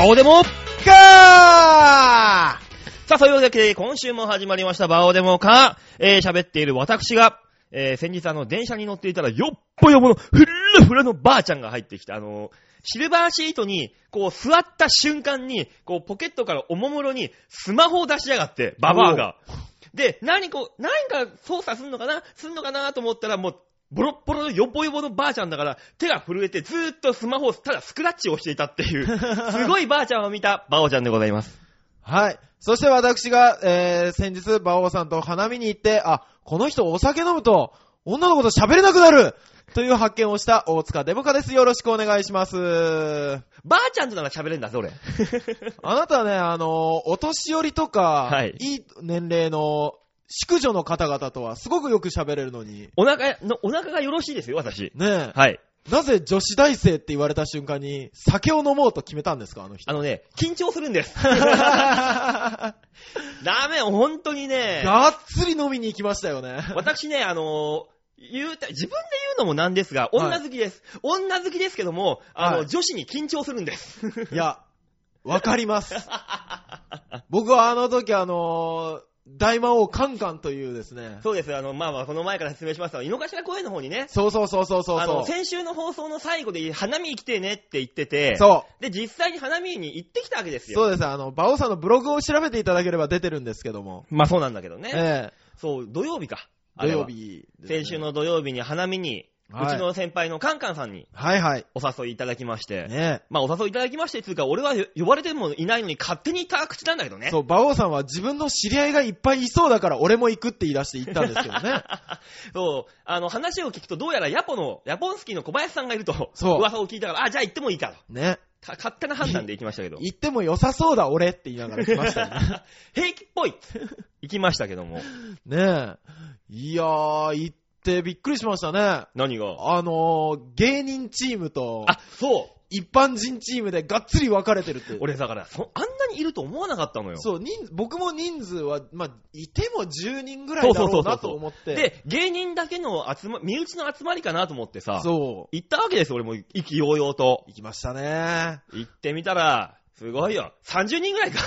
バオデモカー。さあ、そういうわけで今週も始まりましたバオデモカー。喋っている私が、先日電車に乗っていたらよっぽよぼのふらふらのばあちゃんが入ってきて、シルバーシートにこう座った瞬間にこうポケットからおもむろにスマホを出しやがって、ババアが。で、何か操作すんのかなと思ったら、もうボロッボロのよぼよぼのばあちゃんだから手が震えてずーっとスマホをただスクラッチをしていたっていうすごいばあちゃんを見たバオちゃんでございます。 はい。そして私が、先日バオさんと花見に行って、この人お酒飲むと女の子と喋れなくなるという発見をした大塚デモカです。よろしくお願いします。 ばあちゃんとなら喋れんだぞ俺。 あなたはね、お年寄りとか、 はい、 いい年齢の淑女の方々とはすごくよく喋れるのに。 お腹がよろしいですよ、私。 ねえ。 はい。 なぜ女子大生って言われた瞬間に酒を飲もうと決めたんですか、あの人。 緊張するんです。ダメ、本当にね。 がっつり飲みに行きましたよね。 私ね、自分で言うのもなんですが、女好きです。はい、女好きですけども、はい、女子に緊張するんです。 いや、わかります。僕はあの時大魔王カンカンというですね。 そうです。この前から説明しますが、井の頭公園の方にね。 そう。 先週の放送の最後で花見来てねって言ってて。 そう。 で、実際に花見に行ってきたわけですよ。 そうです。バオさんのブログを調べていただければ出てるんですけども。 まあそうなんだけどね。そう、土曜日か。 土曜日、 ね。先週の土曜日に花見に、うちの先輩のカンカンさんに、お誘いいただきまして、 ね、 まあお誘いいただきましてっていうか、俺は呼ばれてもいないのに勝手に行った口なんだけどね。 そう、馬王さんは自分の知り合いがいっぱいいそうだから俺も行くって言い出して行ったんですけどね。 そう、話を聞くとどうやらヤポンスキーの小林さんがいると、噂を聞いたから、じゃあ行ってもいいかと。 ね。 勝手な判断で行きましたけど。 行っても良さそうだ俺って言いながら来ましたよね。 平気っぽい行きましたけども。 ねえ。いやー、行ってびっくりしましたね。 何が？ 芸人チームと、 そう。 一般人チームでがっつり分かれてるって。 俺だから、あんなにいると思わなかったのよ。 そう、僕も人数は、いても10人ぐらいだろうなと思って。 で、芸人だけの身内の集まりかなと思ってさ、 そう。 行ったわけですよ、俺も意気揚々と。 行きましたね。 行ってみたら、すごいよ。30人ぐらいか。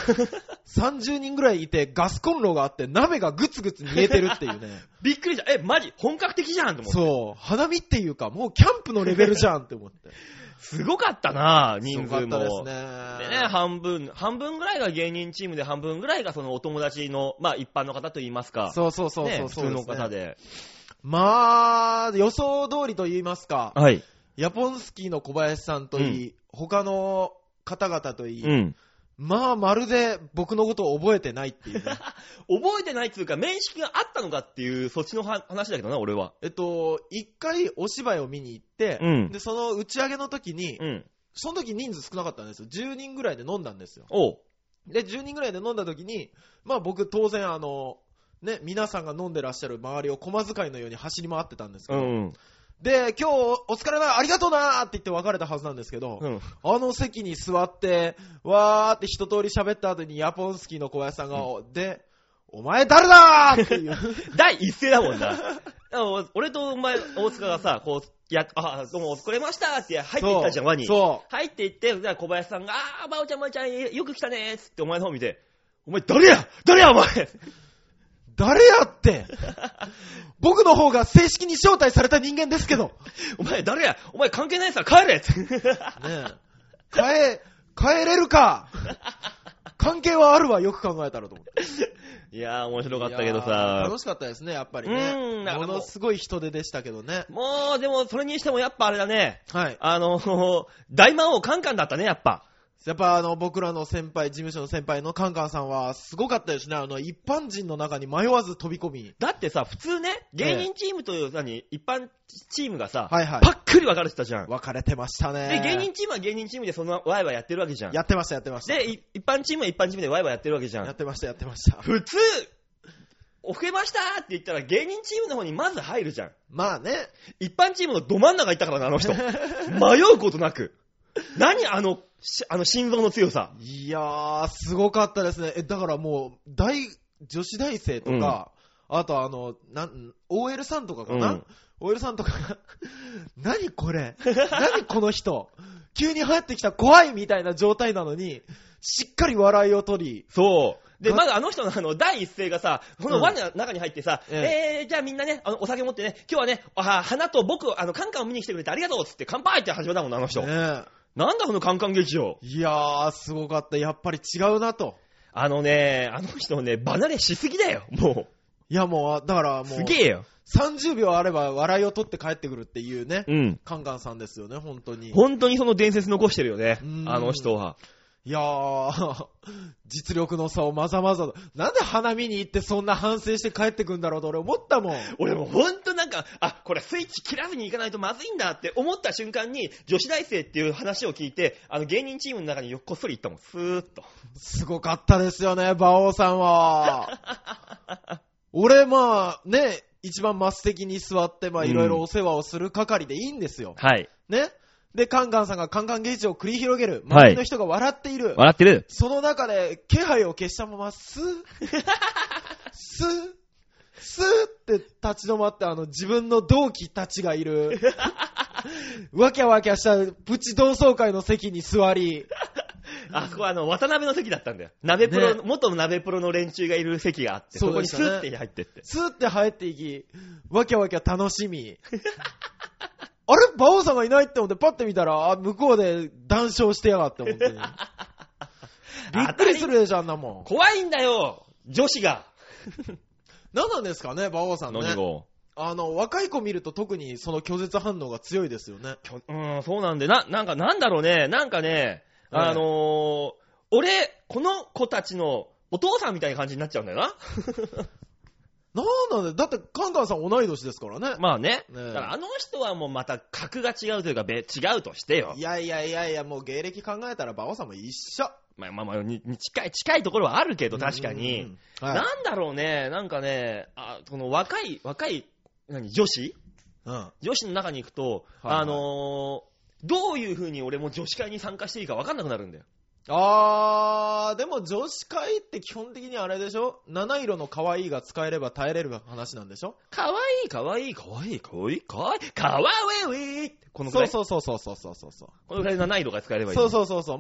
30人ぐらいいて、ガスコンロがあって、鍋がグツグツ煮えてるっていうね。 びっくりした。マジ本格的じゃんと思って。 そう。花見っていうか、もうキャンプのレベルじゃんって思って。 すごかったな人数も。 すごかったですね。 でね、半分ぐらいが芸人チームで、半分ぐらいがそのお友達の、一般の方と言いますか。 そう。 ね、普通の方で。 予想通りと言いますか。 はい。 ヤポンスキーの小林さんといい、他の方々といい、まるで僕のことを覚えてないっていうね。 覚えてないっていうか、面識があったのかっていう、そっちの話だけどな、俺は。 一回お芝居を見に行って、で、その打ち上げの時に、その時人数少なかったんですよ。10人ぐらいで飲んだんですよ。で、10人ぐらいで飲んだ時に、僕当然ね、皆さんが飲んでらっしゃる周りを駒使いのように走り回ってたんですけど、で、今日お疲れだ、ありがとうなーって言って別れたはずなんですけど、あの席に座って、わーって一通り喋った後にヤポンスキーの小林さんが、で、お前誰だーっていう。 第一声だもんな。俺とお前、大塚がさ、どうもお疲れましたって入っていったじゃん、輪に。入っていって、小林さんが、ばおちゃんよく来たねーってお前の方見て、お前誰やお前誰やって僕の方が正式に招待された人間ですけど。 お前誰やお前関係ないさ帰れってね帰れるか関係はあるわ、よく考えたらと思って。 いやー面白かったけどさ、 楽しかったですね、やっぱりね。ものすごい人手でしたけどね。 もうでもそれにしてもやっぱあれだね、 はい、 大魔王カンカンだったね、やっぱ僕らの先輩、事務所の先輩のカンカンさんはすごかったですね。一般人の中に迷わず飛び込み。 だってさ、普通ね、芸人チームという一般チームがさ、 はいはい、 パックリ分かれてたじゃん。 分かれてましたね。 で、芸人チームは芸人チームでそのワイワイやってるわけじゃん。 やってました。で、 一般チームは一般チームでワイワイやってるわけじゃん。 やってました。 普通、おふけましたって言ったら芸人チームの方にまず入るじゃん。 まあね。 一般チームのど真ん中行ったからな、あの人。迷うことなく。何心臓の強さ。 いやー、すごかったですね。だからもう、女子大生とか、あとOL さんとかかな、OL さんとかが、何これ何この人急に入ってきた怖いみたいな状態なのに、しっかり笑いを取り。 そう。で、まだあの人の第一声がさ、この輪の中に入ってさ、じゃあみんなね、お酒持ってね、今日はね、花と僕、カンカンを見に来てくれてありがとうっつって乾杯って始めたもんな、あの人。なんだこのカンカン劇場。 いやー、すごかった。やっぱり違うなと。 あの人ね、離れしすぎだよ、もう。 いやもう、だからもう。 すげえよ。 30秒あれば笑いを取って帰ってくるっていうね。カンカンさんですよね、本当に。 本当にその伝説残してるよね、あの人は。 いやー、実力の差をまざまざと。なんで花見に行ってそんな反省して帰ってくんだろうと俺思ったもん。 俺もほんとなんか、これスイッチ切らずに行かないとまずいんだって思った瞬間に、女子大生っていう話を聞いて、芸人チームの中にこっそり行ったもん、スーッと。 すごかったですよね、馬王さんは。俺ね、一番末席に座っていろいろお世話をする係でいいんですよ。 はい。 ね。で、カンカンさんがカンカン劇場を繰り広げる。周りの人が笑っている。 笑ってる。 その中で、気配を消したまま、スーって立ち止まって、自分の同期たちがいる。わきゃわきゃしたプチ同窓会の席に座り。 そこは渡辺の席だったんだよ。鍋プロ、ね、元鍋プロの連中がいる席があって、そこにスーって入ってって。 スーって入っていき、わきゃわきゃ楽しみ。あれ馬王さんがいないって思ってパッて見たら、向こうで談笑してやがって、本当に。びっくりするでしょ、あんなもん。 怖いんだよ、女子が。 何なんですかね、馬王さんね。 何が若い子見ると特にその拒絶反応が強いですよね。 そうなんで、なんだろうね、なんかね、俺、この子たちのお父さんみたいな感じになっちゃうんだよな。 だってカンカンさん同い年ですからね。 まあね。だからあの人はもうまた格が違うというか違うとしてよ。 いや、もう芸歴考えたら馬王さんも一緒。 まあ近いところはあるけど確かに。なんだろうね、なんかね、この若い、女子、女子の中に行くと、どういう風に俺も女子会に参加していいか分かんなくなるんだよ。 でも女子会って基本的にあれでしょ？七色の可愛いが使えれば耐えれる話なんでしょ？ 可愛いこのくらい。 そう。このくらい七色が使えればいい。 そう。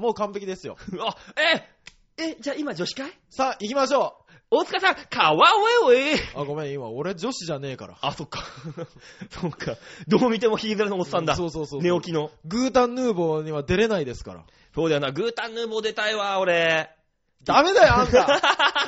もう完璧ですよ。 じゃあ今女子会？ さあ、行きましょう。大塚さん、かわうえごめん、今、俺女子じゃねえから。 そっか。そうか。どう見てもヒーゼルのおっさんだ。 そう。 寝起きの。 グータンヌーボーには出れないですから。 そうだよな、グータンヌーボー出たいわ、俺。 ダメだよ、あんた。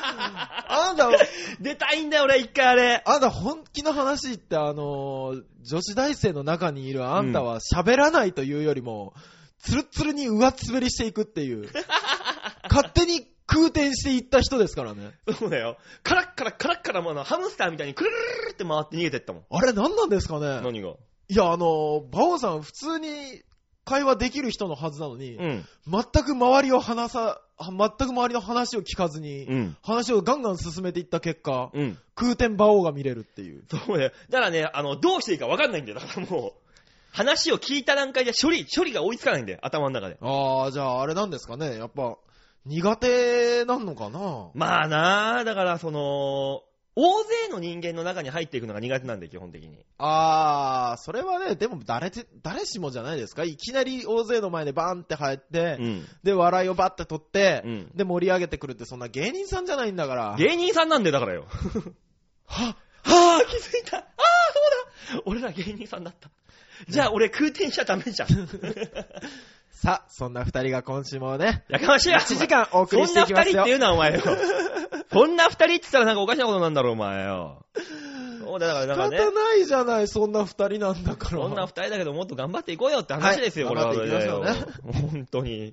出たいんだよ、俺、一回あれ。 あんた、本気の話って、女子大生の中にいるあんたは喋らないというよりも、ツルツルに上っ滑りしていくっていう。勝手に空転していった人ですからね。 そうだよ。カラッカラもハムスターみたいにクルルルルって回って逃げてったもん。 あれ何なんですかね。 何が？ いや、馬王さん普通に会話できる人のはずなのに、全く周りの話を聞かずに、話をガンガン進めていった結果、空転馬王が見れるっていう。 そうだよ。だからね、どうしていいか分かんないんだよ。だからもう、話を聞いた段階で処理が追いつかないんだよ、頭の中で。 じゃああれなんですかね。やっぱ、苦手なんのかな。 まあな、だから大勢の人間の中に入っていくのが苦手なんで、基本的に。 それはね、でも誰しもじゃないですか。いきなり大勢の前でバーンって入って、で、笑いをバッて取って、で、盛り上げてくるって、そんな芸人さんじゃないんだから。 芸人さんなんで、だからよ。気づいた。そうだ。俺ら芸人さんだった。じゃあ、俺空転しちゃダメじゃん。 さあ、そんな二人が今週もね、 やかましいわ。 1時間お送りしていきますよ。 そんな二人って言うな、お前よ。そんな二人って言ったらなんかおかしなことなんだろ、お前よ。そうだからね。 仕方ないじゃない、そんな二人なんだから。 そんな二人だけどもっと頑張っていこうよって話ですよ、これは。 頑張っていきましょうね。 本当に。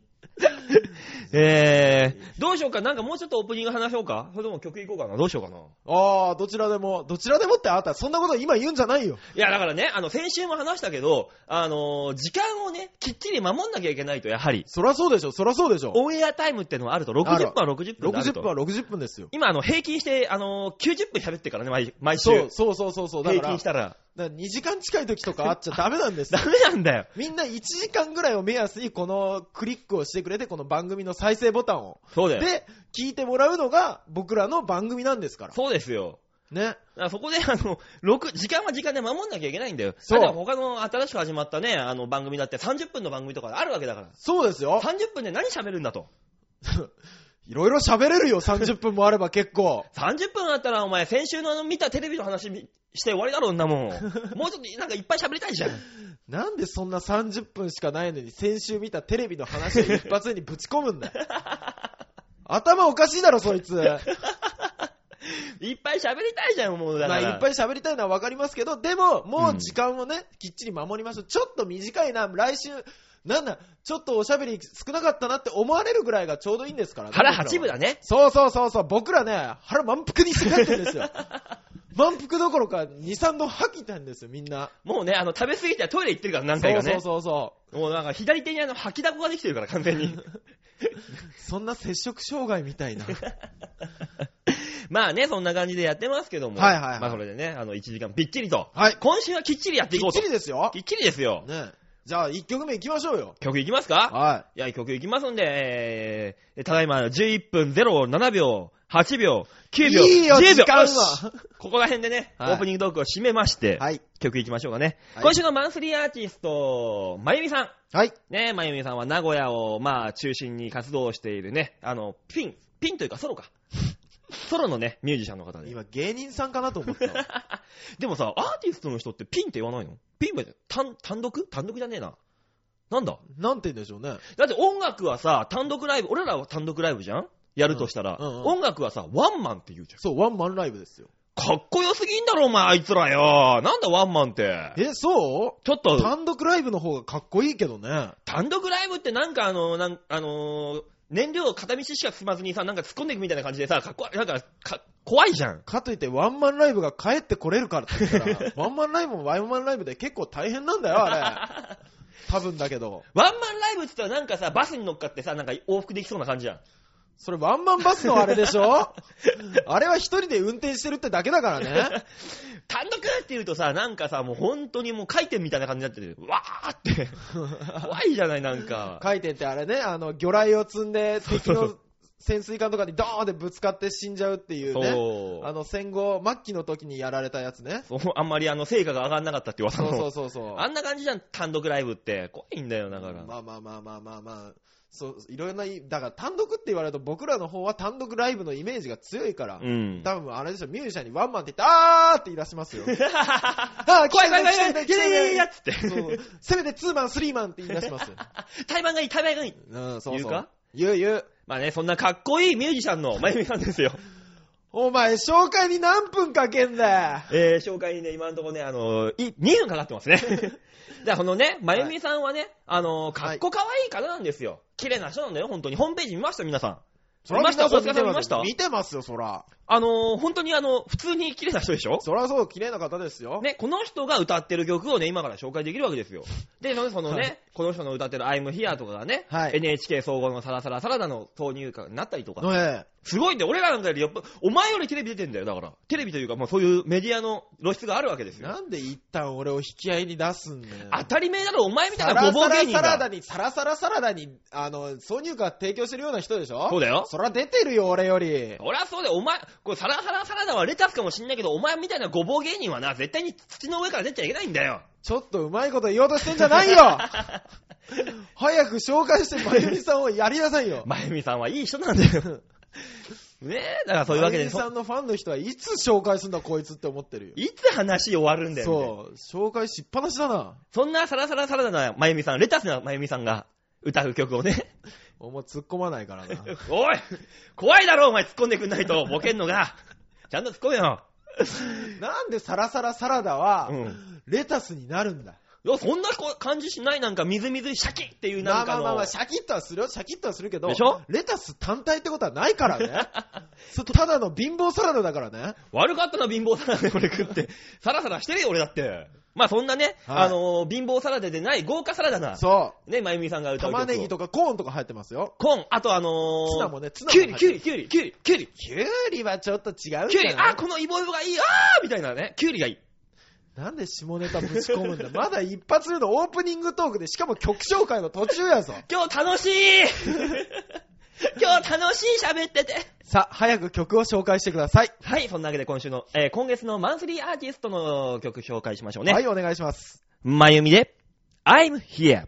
どうしようか、なんかもうちょっとオープニング話そうか、それとも曲いこうかな、どうしようかな。 どちらでもってあなたそんなこと今言うんじゃないよ。 いやだからね、先週も話したけど、時間をね、きっちり守んなきゃいけないと、やはり。 そらそうでしょ。 オンエアタイムってのはあると、60分は60分だと。 60分は60分ですよ。 今平均して、90分喋ってからね、毎週。 そう。 平均したら。 2時間近い時とかあっちゃダメなんですよ。ダメなんだよ。 みんな1時間ぐらいを目安にこのクリックをしてくれて、この番組の再生ボタンを。 そうだよ。 で、聞いてもらうのが僕らの番組なんですから。 そうですよ。 ね。 だからそこで時間は時間で守んなきゃいけないんだよ。 そう。 だから他の新しく始まったね、番組だって30分の番組とかあるわけだから。 そうですよ。 30分で何喋るんだと。 いろいろ喋れるよ、30分もあれば結構。 30分あったらお前先週の見たテレビの話して終わりだろ、んなもん。もうちょっとなんかいっぱい喋りたいじゃん。 なんでそんな30分しかないのに先週見たテレビの話を一発にぶち込むんだよ。頭おかしいだろ、そいつ。 いっぱい喋りたいじゃん、もうだから。 まあ、いっぱい喋りたいのはわかりますけど、でも、もう時間をね、きっちり守りましょう。ちょっと短いな、来週、なんだ、ちょっとおしゃべり少なかったなって思われるぐらいがちょうどいいんですからね。 腹8分だね。 そうそうそうそう、僕らね、腹満腹にして帰ってるんですよ。満腹どころか2、3度吐きたんですよ、みんな。 もうね、食べ過ぎてトイレ行ってるから何回かね。 そうそうそう。 もうなんか左手に吐きだこができてるから完全に。 そんな摂食障害みたいな。 まあね、そんな感じでやってますけども。 はいはいはい。 まあそれでね、1時間ぴっちりと。 はい。 今週はきっちりやっていこうと。 きっちりですよ。 きっちりですよ。 ね。じゃあ1曲目いきましょうよ。 曲いきますか？ はい。 いや、曲いきますんで、ただいま11分07秒、8秒、9秒、 いいよ、 10秒。 時間は。 ここら辺でね、 はい、 オープニングトークを締めまして、 はい、 曲いきましょうかね。 はい、 今週のマンスリーアーティスト、まゆみさん。 はい。 ね、まゆみさんは名古屋を、中心に活動しているね、ピンというかソロか。ソロのね、ミュージシャンの方で。 今芸人さんかなと思った。 でもさ、アーティストの人ってピンって言わないの？ピンは単独じゃねえな。なんだ？ なんて言うんでしょうね。 だって音楽はさ、単独ライブ、俺らは単独ライブじゃん？やるとしたら、音楽はさ、ワンマンって言うじゃん。 そう、ワンマンライブですよ。 かっこよすぎんだろ、お前、あいつらよ。なんだワンマンって。 そう？ ちょっと。 単独ライブの方がかっこいいけどね。 単独ライブってなんか燃料片道しか進まずにさ、なんか突っ込んでいくみたいな感じでさ、怖いじゃん。 かといってワンマンライブが帰ってこれるからって言ったら、ワンマンライブもワンマンライブで結構大変なんだよ、あれ。多分だけど。 ワンマンライブって言ったらなんかさ、バスに乗っかってさ、なんか往復できそうな感じじゃん。 それワンマンバスのあれでしょあれは一人で運転してるってだけだからね。 単独って言うとさ、なんかさ、もう本当にもう回転みたいな感じになってる。わーって。怖いじゃない、なんか。 回転ってあれね、魚雷を積んで敵の潜水艦とかにドーンってぶつかって死んじゃうっていうね。戦後末期の時にやられたやつね。 そう、あんまり成果が上がんなかったって噂の。 そう。 あんな感じじゃん、単独ライブって。怖いんだよ、だから。 まあ。そう、いろんな、だから単独って言われると僕らの方は単独ライブのイメージが強いから、多分あれでしょ、ミュージシャンにワンマンって言って、あーって言い出しますよ。 怖いやっつって。 せめてツーマン、スリーマンって言い出します。 対バンがいい。 そう。 言うか？ 言う。 まあね、そんなかっこいいミュージシャンのまゆみさんですよ。 お前、紹介に何分かけんだよ。紹介にね、今のところね、2分かかってますね。じゃあこのね、まゆみさんはね、かっこかわいい方なんですよ。綺麗な人なんだよ、本当に。ホームページ見ました皆さん。見ました大塚さん見ました見てますよ、そら。 本当に普通に綺麗な人でしょ？ そらそう、綺麗な方ですよ。 ね、この人が歌ってる曲をね、今から紹介できるわけですよ。で、そのね、この人の歌ってる I'm Here とかがね、NHK 総合のサラサラサラダの投入歌になったりとか。すごいんだよ。俺らなんかよりお前よりテレビ出てんだよ。だから。テレビというか、まあそういうメディアの露出があるわけですよ。 なんで一旦俺を引き合いに出すんだよ。 当たり前だろ、お前みたいなごぼう芸人が。 サラサラサラダに、挿入歌提供してるような人でしょ？ そうだよ。 そら出てるよ、俺より。 俺はそうだよ。お前、これサラダはレタスかもしんないけど、お前みたいなごぼう芸人はな、絶対に土の上から出ちゃいけないんだよ。 ちょっとうまいこと言おうとしてんじゃないよ早く紹介してまゆみさんをやりなさいよ。 まゆみさんはいい人なんだよ。ねえ、だからそういうわけで。 まゆみさんのファンの人はいつ紹介すんだこいつって思ってるよ。 いつ話終わるんだよ。 そう、紹介しっぱなしだな。 そんなサラサラサラダなまゆみさん、レタスなまゆみさんが歌う曲をね。 お前突っ込まないからな。 おい怖いだろお前突っ込んでくんないと、ボケんのが。ちゃんと突っ込めよ。 なんでサラサラサラダは、レタスになるんだ。 いや、そんな感じしない。なんかみずみずシャキっていうなんかの。 まあ、シャキッとはするよ。シャキッとはするけど、 でしょ？ レタス単体ってことはないからね。ただの貧乏サラダだからね。 悪かったな、貧乏サラダでこれ食って。サラサラしてるよ、俺だって。まあそんなね、貧乏サラダでない豪華サラダな。 そう。 ね、まゆみさんが歌う曲。 玉ねぎとかコーンとか入ってますよ。 コーン、あとツナもね、 キュウリはちょっと違うじゃん。 キュウリ、このイボイボがいい、みたいなね、キュウリがいい。 なんで下ネタぶち込むんだ。まだ一発目のオープニングトークで、しかも曲紹介の途中やぞ。 今日楽しい今日楽しい喋ってて。 さあ、早く曲を紹介してください。 はい、そんなわけで今月のマンスリーアーティストの曲紹介しましょうね。 はい、お願いします。 まゆみで、I'm here。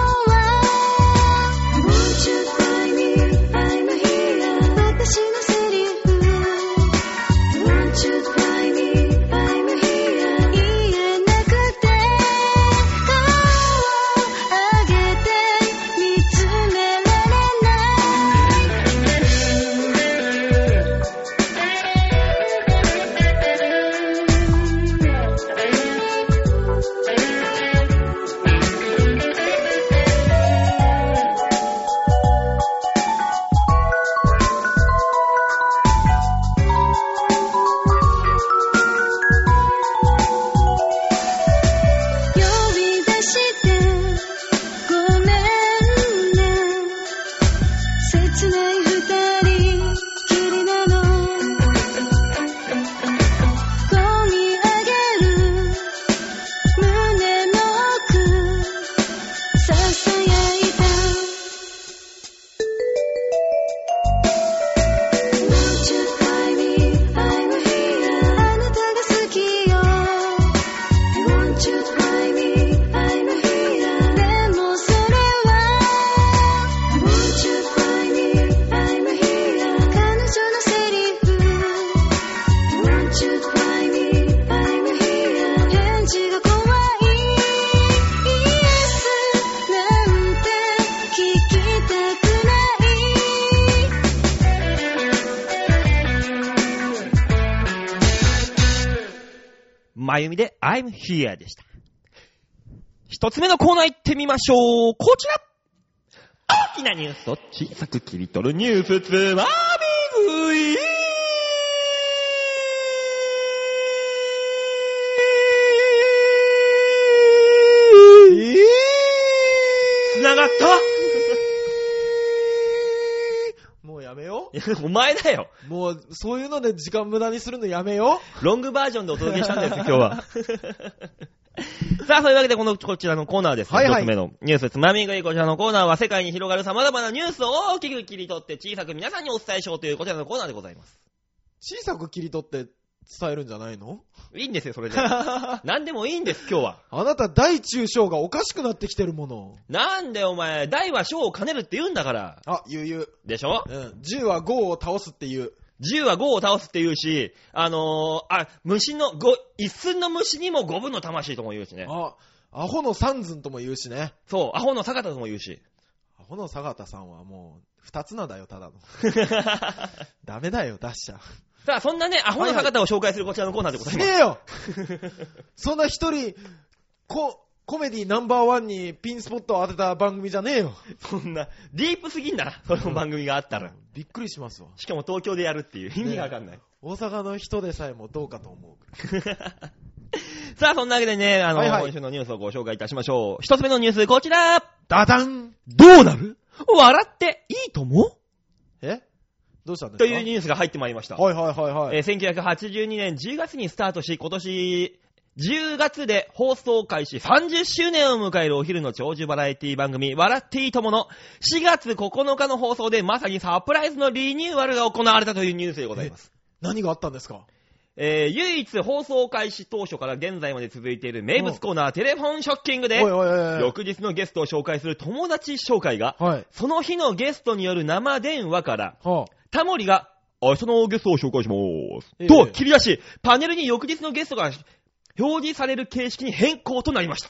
私のセリまゆみで I'm here でした。一つ目のコーナー行ってみましょう。こちら。大きなニュースを小さく切り取るニュースつまみ食い。繋がったもうやめよう。お前だよ。 もう、そういうので時間無駄にするのやめよう。ロングバージョンでお届けしたんですよ、今日は。さあ、そういうわけでこちらのコーナーです。はいはい。一つ目のニュースつまみ食い。こちらのコーナーは世界に広がる様々なニュースを大きく切り取って小さく皆さんにお伝えしようというこちらのコーナーでございます。 小さく切り取って伝えるんじゃないの？ いいんですよ、それで。何でもいいんです、今日は。 あなた大中小がおかしくなってきてるもの。 なんでお前、大は小を兼ねるって言うんだから。 あ、言う。 でしょ？ うん。10は5を倒すって言う。 10は5を倒すって言うし、虫の一寸の虫にも5分の魂とも言うしね。 アホの三寸とも言うしね。 そう、アホの坂田とも言うし。 アホの坂田さんはもう、二つなんだよ、ただの。ダメだよ、出しちゃう。 さあ、そんなね、アホの坂田を紹介するこちらのコーナーでございます。 ねえよそんな一人、コメディナンバーワンにピンスポットを当てた番組じゃねえよ。 そんな、ディープすぎんだな、その番組があったら。 びっくりしますわ。 しかも東京でやるっていう意味がわかんない。 大阪の人でさえもどうかと思う。 さあ、そんなわけでね、今週のニュースをご紹介いたしましょう。一つ目のニュース、こちら。 ダダン。 どうなる？笑っていいとも？ どうしたんですか？ というニュースが入ってまいりました。 はいはいはいはい。 1982年10月にスタートし、今年10月で放送開始30周年を迎えるお昼の長寿バラエティ番組、笑っていいともの4月9日の放送でまさにサプライズのリニューアルが行われたというニュースでございます。 何があったんですか？ 唯一放送開始当初から現在まで続いている名物コーナーテレフォンショッキングで、翌日のゲストを紹介する友達紹介が、その日のゲストによる生電話から、タモリが明日のゲストを紹介します、と切り出し、パネルに翌日のゲストが表示される形式に変更となりました。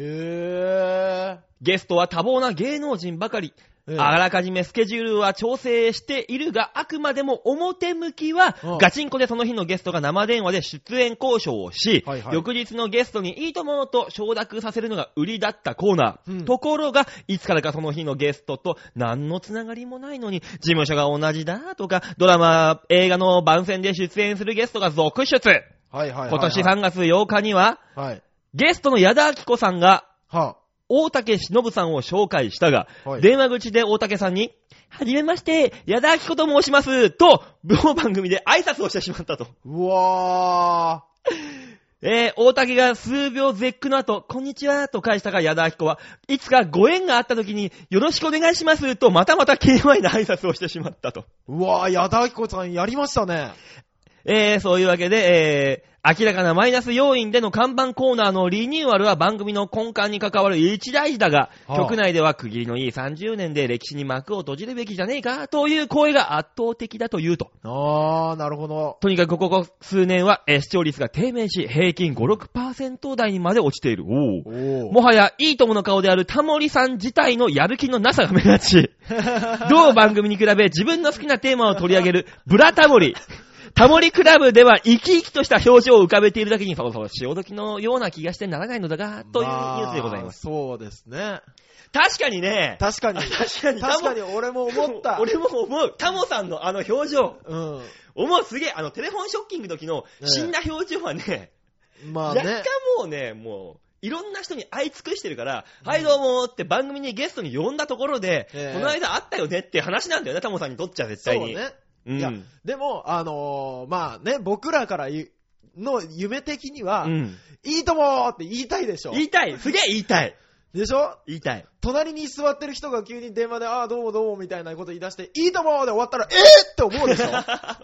ゲストは多忙な芸能人ばかり。あらかじめスケジュールは調整しているが、あくまでも表向きはガチンコでその日のゲストが生電話で出演交渉をし、翌日のゲストにいいとものと承諾させるのが売りだったコーナー、ところがいつからかその日のゲストと何のつながりもないのに事務所が同じだとか、ドラマ映画の番宣で出演するゲストが続出。今年3月8日には、ゲストの矢田亜希子さんが、大竹しのぶさんを紹介したが、電話口で大竹さんに、はじめまして、矢田亜希子と申します、と、某番組で挨拶をしてしまったと。 うわー。大竹が数秒絶句の後、こんにちは、と返したが、矢田亜希子はいつかご縁があった時に、よろしくお願いします、と、またまた KY な挨拶をしてしまったと。 うわー、矢田亜希子さんやりましたね。 そういうわけで、明らかなマイナス要因での看板コーナーのリニューアルは番組の根幹に関わる一大事だが、局内では区切りのいい30年で歴史に幕を閉じるべきじゃねえかという声が圧倒的だというと。 なるほど。 とにかくここ数年は視聴率が低迷し、平均 5-6% 台にまで落ちている。もはやいいともの顔であるタモリさん自体のやる気のなさが目立ち、同番組に比べ自分の好きなテーマを取り上げるブラタモリ。タモリクラブでは生き生きとした表情を浮かべているだけに、そう潮時のような気がしてならないのだが、というニュースでございます。 そうですね。 確かにね。 確かに俺も思った。 俺も思う。タモさんのあの表情。思う、すげえ。テレフォンショッキングの時の死んだ表情はね、若干もうね、いろんな人に会い尽くしてるから、はいどうもって番組にゲストに呼んだところで、この間会ったよねっていう話なんだよね、タモさんにとっちゃ絶対に。 そうね。いや、でも、まあね、僕らからの夢的には、いいともって言いたいでしょ。 言いたい。すげえ言いたい。 でしょ？ 言いたい。 隣に座ってる人が急に電話で、どうもどうもみたいなこと言い出して、いいともで終わったら、って思うでしょ。だ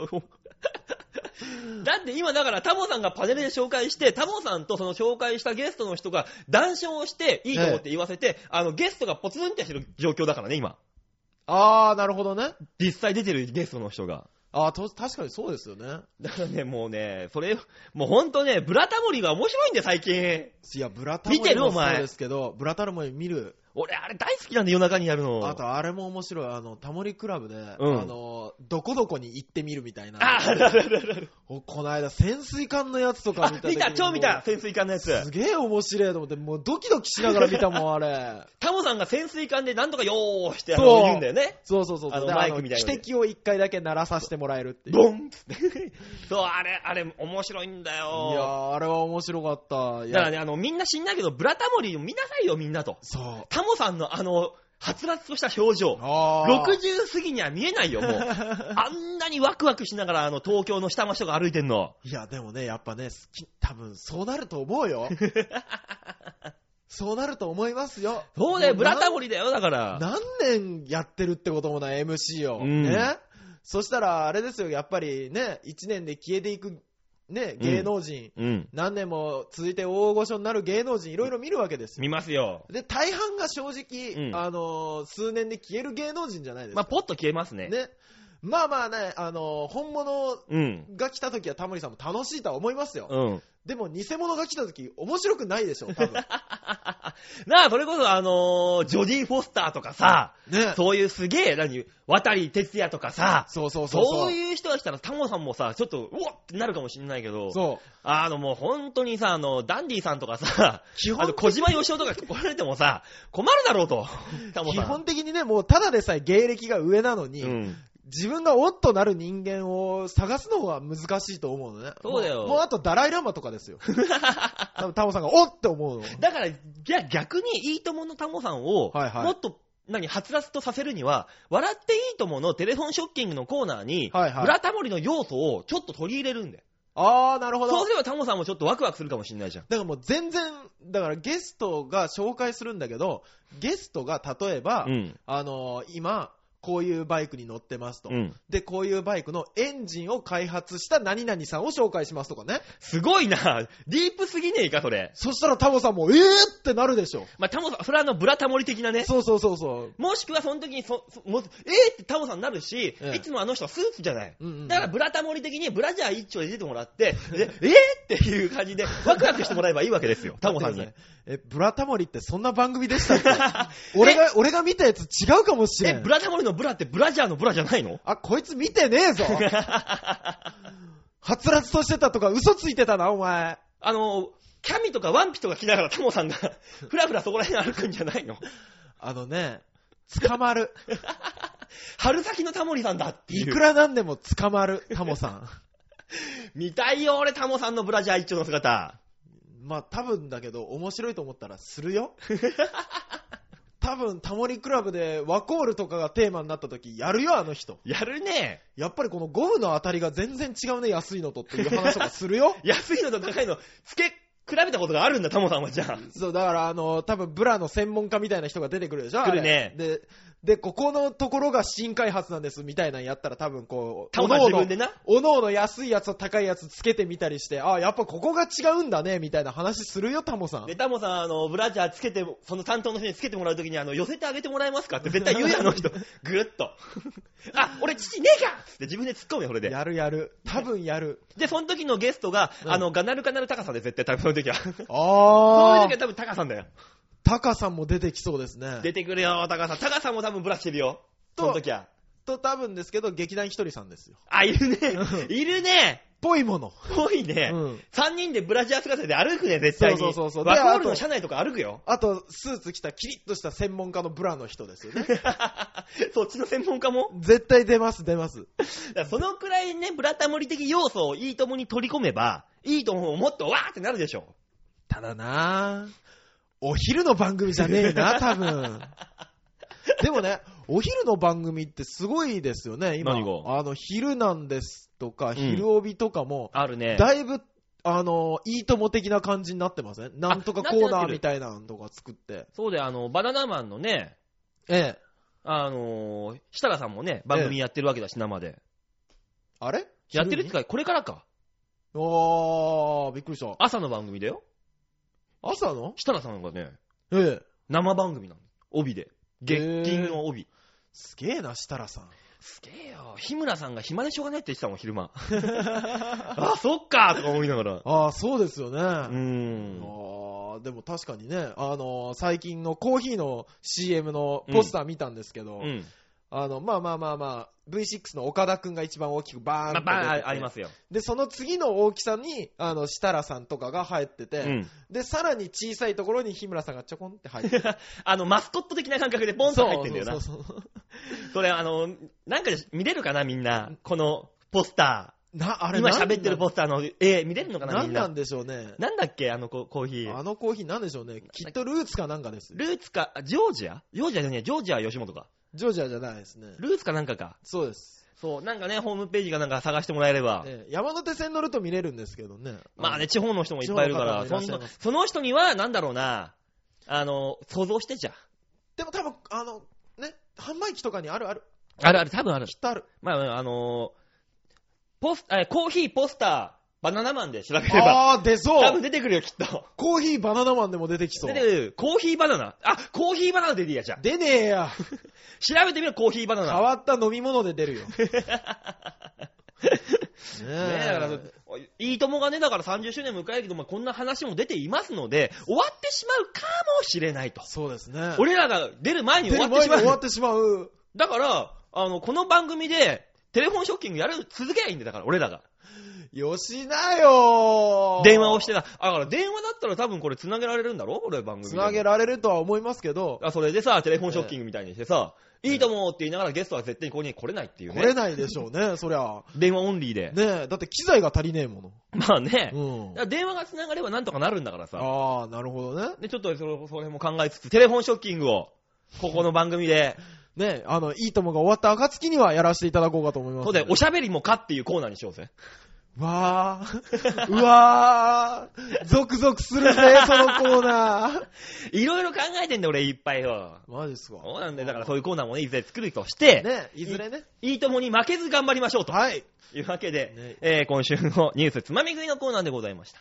って今だからタモさんがパネルで紹介して、タモさんとその紹介したゲストの人が談笑をして、いいともって言わせて、ゲストがポツンってしてる状況だからね、今。 なるほどね。 実際出てるゲストの人が。 確かにそうですよね。 だからね、もうほんとね、ブラタモリが面白いんだよ、最近。 いや、ブラタモリもそうですけど、ブラタモリ見る。 俺、あれ大好きなんで、夜中にやるの。 あと、あれも面白い。タモリクラブで、どこどこに行ってみるみたいな。 ある。 この間、潜水艦のやつとか見た時に。 超見た、潜水艦のやつ。 すげえ面白いと思って、もうドキドキしながら見たもん、あれ。 タモさんが潜水艦でなんとかよーして言うんだよね。 そう。 マイクみたいな。 汽笛を一回だけ鳴らさせてもらえるっていう。 ボンって。そう、あれ、面白いんだよ。 いやあれは面白かった。 だからね、みんな知んないけど、ブラタモリを見なさいよ、みんなと。 そう。 タモさんのはつらつとした表情。60過ぎには見えないよ、もう。あんなにワクワクしながら、東京の下町とか歩いてんの。 いや、でもね、やっぱね、多分、そうなると思うよ。そうなると思いますよ。 そうだよ、ブラタモリだよ、だから。 何年やってるってこともない MC を。ね。そしたら、あれですよ、やっぱりね、1年で消えていく、ね、芸能人、何年も続いて大御所になる芸能人いろいろ見るわけですよ。 見ますよ。 で、大半が正直、数年で消える芸能人じゃないですか。 まあ、ポッと消えますね。 ね。まあね、本物が来た時はタモリさんも楽しいとは思いますよ。でも偽物が来た時面白くないでしょ、多分。 なあ、それこそジョディ・フォスターとかさ、ね、そういうすげえ、渡哲也とかさ、そういう人が来たらタモさんもさ、ちょっと、うおってなるかもしれないけど、もう本当にさ、ダンディさんとかさ、小島よしおとか来られてもさ、困るだろうと、タモさん。 基本的にね、もうただでさえ芸歴が上なのに、自分がオッとなる人間を探すのが難しいと思うのね。 そうだよ。 もうあとダライラマとかですよ。多分タモさんがオッって思うの。 だから、逆にいいとものタモさんを、もっと、はつらつとさせるには、笑っていいとものテレフォンショッキングのコーナーに、ブラタモリの要素をちょっと取り入れるんだよ。 なるほど。 そうすればタモさんもちょっとワクワクするかもしれないじゃん。 だからもう全然、だからゲストが紹介するんだけど、ゲストが例えば、今、こういうバイクに乗ってますと、で、こういうバイクのエンジンを開発した何々さんを紹介しますとかね。 すごいな。ディープすぎねえか、それ。 そしたらタモさんも、ってなるでしょ。 まあ、タモさん、それはブラタモリ的なね。 そう。 もしくはその時にってタモさんになるし、いつもあの人はスーツじゃない。だからブラタモリ的にブラジャー一丁で出てもらって、っていう感じでワクワクしてもらえばいいわけですよ、タモさんに。 ブラタモリってそんな番組でしたっけ？俺が見たやつ違うかもしれん。 ブラタモリのブラってブラジャーのブラじゃないの？ こいつ見てねえぞ。はつらつとしてたとか嘘ついてたな、お前。 キャミとかワンピとか着ながらタモさんがふらふらそこら辺歩くんじゃないの？ 捕まる。 春先のタモリさんだっていう。 いくらなんでも捕まる、タモさん。 見たいよ、俺、タモさんのブラジャー一丁の姿。 まあ、多分だけど、面白いと思ったらするよ。多分、タモリクラブでワコールとかがテーマになった時、やるよ、あの人。 やるね。 やっぱりこのゴムの当たりが全然違うね、安いのとっていう話とかするよ。 安いのと高いの、比べたことがあるんだ、タモさんはじゃあ。 そう、だから多分ブラの専門家みたいな人が出てくるでしょ？ 来るね。 で、ここのところが新開発なんですみたいなのやったら多分タモさん自分でな。 おのおの安いやつと高いやつつけてみたりして、やっぱここが違うんだね、みたいな話するよ、タモさん。 で、タモさん、ブラジャーつけて、その担当の人につけてもらうときに、寄せてあげてもらえますかって絶対言うやん、あの人。ぐるっと。俺父ねえかって自分で突っ込むよ、それで。 やる。多分やる。 で、その時のゲストが、ガナル高さんで絶対多分その時は。そういう時は多分高さんだよ。 タカさんも出てきそうですね。 出てくるよ、タカさん。タカさんも多分ブラしてるよ。その時は。 多分ですけど、劇団ひとりさんですよ。 いるね。いるね。 ぽいもの。 ぽいね。3人でブラジャー姿で歩くね、絶対に。 そう。 ワコールの車内とか歩くよ。 あと、スーツ着たキリッとした専門家のブラの人ですよね。 そっちの専門家も絶対出ます。 そのくらいね、ブラタモリ的要素をいいともに取り込めば、いいとももっとわーってなるでしょ。 ただなぁ。お昼の番組じゃねえな、多分。でもね、お昼の番組ってすごいですよね、今。 何が？ 昼なんですとか、昼帯とかも、 あるね。 だいぶ、いいとも的な感じになってますね。なんとかコーナーみたいなのとか作って。 そうで、バナナマンのね、設楽さんもね、番組やってるわけだし、生で。 あれ？ やってるってか、これからか。 びっくりした。 朝の番組だよ。 朝の？ 設楽さんがね、 生番組なの。帯で。月金の帯。 すげえな、設楽さん。 すげえよ。日村さんが暇でしょうがないって言ってたもん、昼間。あ、そっかとか思いながら。 ああ、そうですよね。でも確かにね、最近のコーヒーの CM のポスター見たんですけど、まあ、V6 の岡田くんが一番大きくバーンと出てて、 ありますよ。 で、その次の大きさに、設楽さんとかが入ってて、で、さらに小さいところに日村さんがちょこんって入ってて。 マスコット的な感覚でポンと入ってんだよな。そう。それ、なんかで見れるかな、みんな。このポスター。あれ今喋ってるポスターの絵見れるのかな、みんな。 何なんでしょうね。 なんだっけ、コーヒー。 コーヒーなんでしょうね。きっとルーツかなんかです。 ルーツか、ジョージアじゃねえ、ジョージア吉本か。 ジョージアじゃないですね。 ルーツかなんかか。 そうです。 そう、なんかね、ホームページがなんか探してもらえれば。 山手線乗ると見れるんですけどね。 まあね、地方の人もいっぱいいるから、その人には、なんだろうな、想像してじゃ。 でも多分、ね、販売機とかにある。 多分ある。 きっとある。 まあ、コーヒーポスター、バナナマンで調べれば。 出そう。 多分出てくるよ、きっと。 コーヒーバナナマンでも出てきそう。 出てくる。コーヒーバナナ。コーヒーバナナ出ていいや、じゃあ。 出ねえや。 調べてみろ、コーヒーバナナ。 変わった飲み物で出るよ。ねえ。だから、いいともがね、だから30周年迎えるけども、こんな話も出ていますので、終わってしまうかもしれないと。 そうですね。 俺らが出る前に終わってしまう。だから、この番組で、テレフォンショッキング続けばいいんだよ、だから、俺らが。 よしなよー。 電話をしてだから電話だったら多分これ繋げられるんだろ俺番組で。 繋げられるとは思いますけど。 それでさ、テレフォンショッキングみたいにしてさ、いいと思うって言いながらゲストは絶対にここに来れないっていうね。 来れないでしょうね、そりゃ。 電話オンリーで。 ねえ、だって機材が足りねえもの。 まあね。電話が繋がればなんとかなるんだからさ。 なるほどね。 で、ちょっとその辺も考えつつ、テレフォンショッキングを、ここの番組で。 ね、いいともが終わった暁にはやらせていただこうかと思います。 そうで、おしゃべりもかっていうコーナーにしようぜ。 わー、ゾクゾクするね、そのコーナー。 いろいろ考えてんだよ、俺いっぱいよ。 マジっすか。 そうなんだよ、だからそういうコーナーもね、いずれ作るとして、 ね、いずれね。 いいともに負けず頑張りましょうと。はい。いうわけで、今週のニュースつまみ食いのコーナーでございました。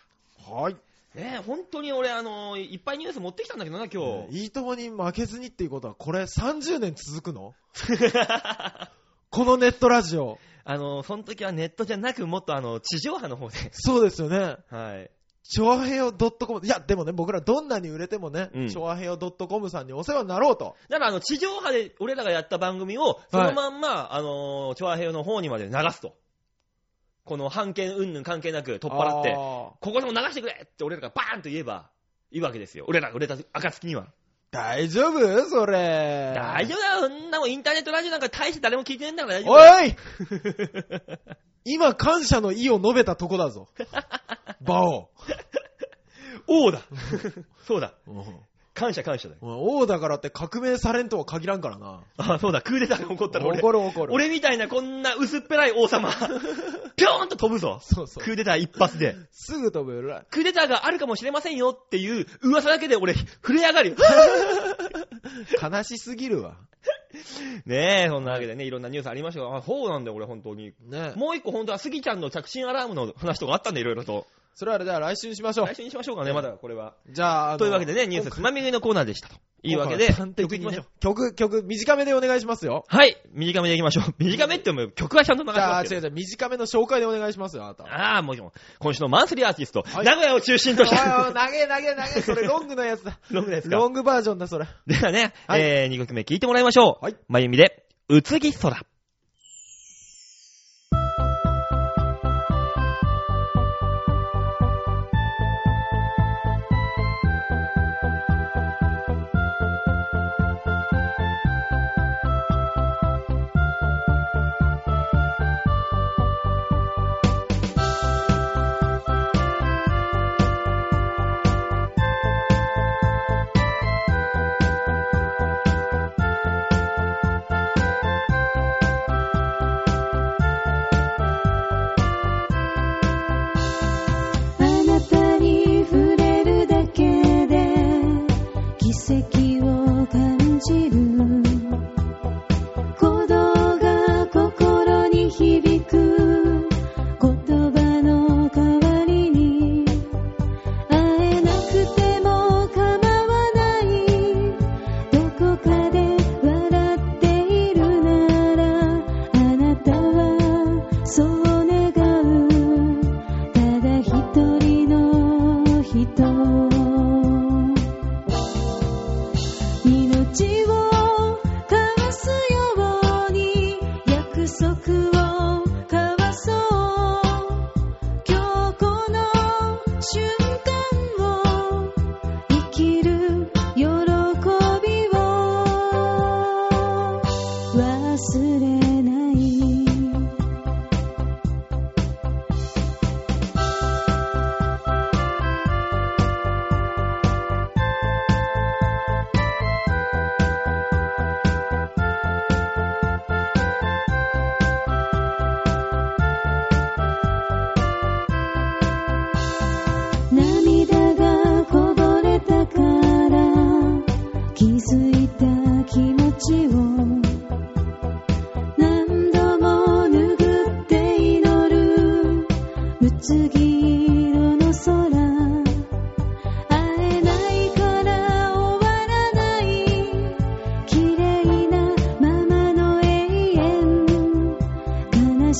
はい。ねえ、本当に俺、いっぱいニュース持ってきたんだけどな、今日。 いいともに負けずにっていうことは、これ30年続くのこのネットラジオ。 その時はネットじゃなく、もっと地上波の方で。 そうですよね。 はい。 チョアヘヨ .com。いや、でもね、僕らどんなに売れてもね、チョアヘヨ .com さんにお世話になろうと。 だから地上波で俺らがやった番組を、そのまんま、チョアヘヨの方にまで流すと。この判権云々関係なく取っ払って、ここでも流してくれって俺らがバーンと言えばいいわけですよ。俺らが売れた暁には。 大丈夫それ。 大丈夫だよ。そんなもんインターネットラジオなんか大して誰も聞いてないんだから大丈夫。 おい今感謝の意を述べたとこだぞ。バオ。 王だ。そうだ。感謝だよ。 王だからって革命されんとは限らんからな。 そうだ、クーデターが起こったら怒る。 俺みたいなこんな薄っぺらい王様、ぴょーんと飛ぶぞ。そう。クーデター一発で。 すぐ飛ぶよ。 クーデターがあるかもしれませんよっていう噂だけで俺、震え上がるよ。 悲しすぎるわ。 ねえ、そんなわけでね、いろんなニュースありましたが、そうなんだよ、俺本当に。ね、もう一個本当はスギちゃんの着信アラームの話とかあったんで、いろいろと。 それはじゃあ来週にしましょう。 来週にしましょうかね、まだこれは。 じゃあ、 というわけでね、ニュースつまみ食いのコーナーでしたと。いいわけで、曲いきましょう。 曲、短めでお願いしますよ。 はい、短めでいきましょう。短めっても曲はちゃんと流しますけど。 じゃあ、短めの紹介でお願いしますよ、あなた。 もちろん。今週のマンスリーアーティスト、名古屋を中心とした。 長え、それロングのやつだ。 ロングですか。 ロングバージョンだ、それ。 ではね、2曲目聴いてもらいましょう。はい。まゆみで、うつぎ空。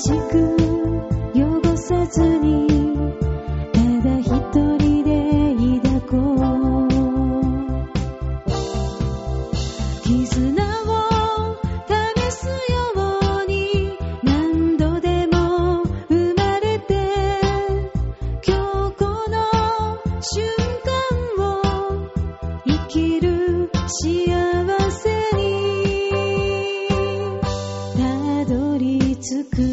しく汚さずにただ一人で抱こう絆を試すように何度でも生まれて今日この瞬間を生きる幸せにたどり着く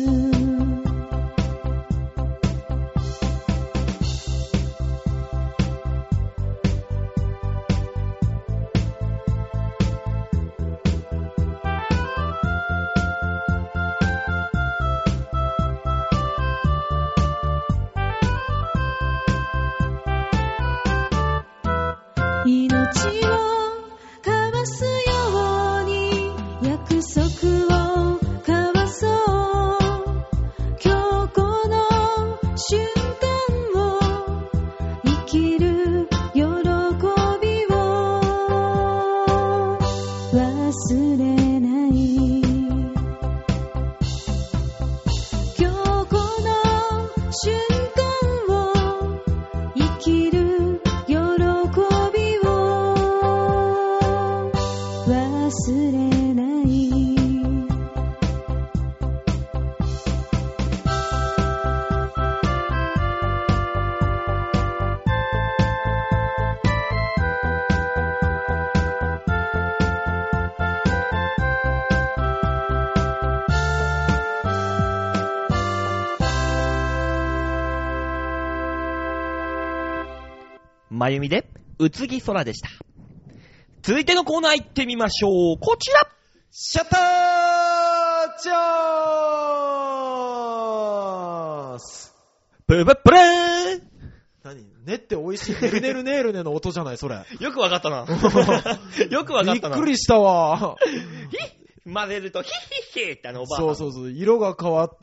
命を交わすように約束を交わそう今日この瞬間を生きる喜びを忘れない今日この瞬間を生きる喜びを忘れないまゆみで、うつぎ空でした。続いてのコーナー行ってみましょう。こちらシャッターチャンスプープープレー何ねって美味しいねるねるねるねの音じゃないそれ。 よくわかったな。よくわかったな。 びっくりしたわ。 混ぜるとヒッヒッヒッっておばあさん。 そう。色が変わって、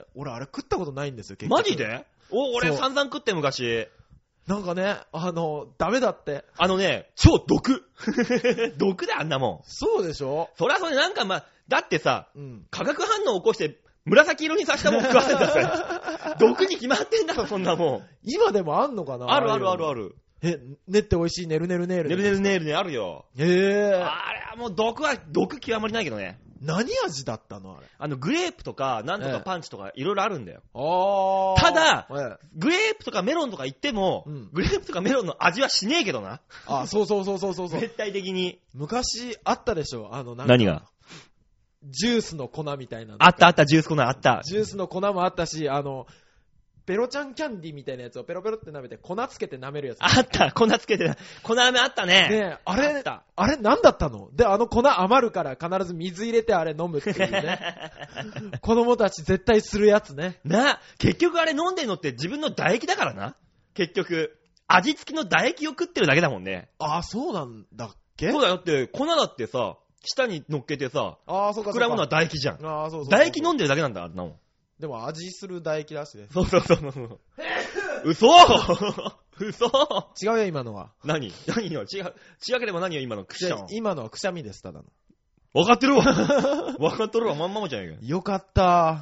俺あれ食ったことないんですよ、結局。 マジで？俺散々食って昔。 なんかね、ダメだって。 超毒。毒だ、あんなもん。 そうでしょ？ そりゃそれなんかだってさ、化学反応を起こして紫色にさしたもん食わせんだぜ。毒に決まってんだろ、そんなもん。 今でもあんのかな？ ある。 ねって美味しいねるねるねるね。 ねるねるねるねあるよ。 あれはもう毒極まりないけどね。 何味だったのあれ。 グレープとか、なんとかパンチとかいろいろあるんだよ。 ただ、グレープとかメロンとか言っても、グレープとかメロンの味はしねえけどな。 そう。 絶対的に。 昔あったでしょ何が？ ジュースの粉みたいな。 あった、ジュース粉あった。 ジュースの粉もあったし、ペロちゃんキャンディみたいなやつをペロペロって舐めて粉つけて舐めるやつ。 あった、粉つけて、粉飴あったね。 ねえ、あれ何だったの？で、粉余るから必ず水入れてあれ飲むっていうね。子供たち絶対するやつね。 結局あれ飲んでんのって自分の唾液だからな。結局。味付きの唾液を食ってるだけだもんね。 そうなんだっけ？ そうだよって、粉だってさ、舌に乗っけてさ、 膨らむのは唾液じゃん。 そう。 唾液飲んでるだけなんだ、あんなもん。 でも味する唾液だしね。 そう。嘘違うよ、今のは。 何よ違ければ何よ、今のクッション。 今のはくしゃみです、ただの。 わかってるわ。わかっとるわ、まんまもじゃないかよ。 よかった。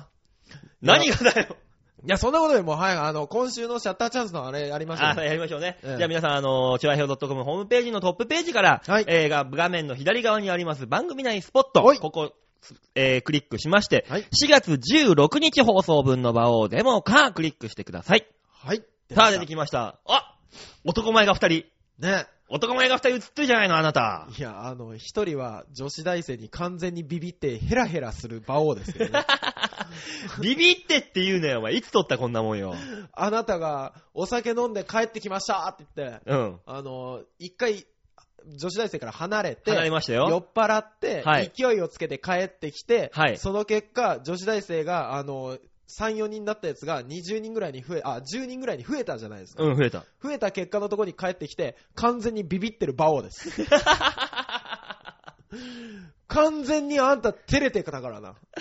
何がだよ。 いや、そんなことでも、今週のシャッターチャンスのあれやりましょう。 やりましょうね。じゃあ皆さん、チョアヘオ .com ホームページのトップページから、画面の左側にあります番組内スポット。ここ、クリックしまして、4月16日放送分の場をデモかクリックしてください。 はい。 さあ出てきました。男前が2人。 ね。 男前が2人映ってるじゃないの、あなた。 いや、一人は女子大生に完全にビビってヘラヘラする馬王ですよね。 ビビってって言うねよ、お前。いつ撮ったこんなもんよ。 あなたがお酒飲んで帰ってきましたって言って、一回、女子大生から離れましたよ。 酔っ払って、勢いをつけて帰ってきて、その結果、女子大生が、3、4人だったやつが10人ぐらいに10人ぐらいに増えたじゃないですか。 増えた。 増えた結果のところに帰ってきて、完全にビビってる馬王です。完全にあんた照れてたからな。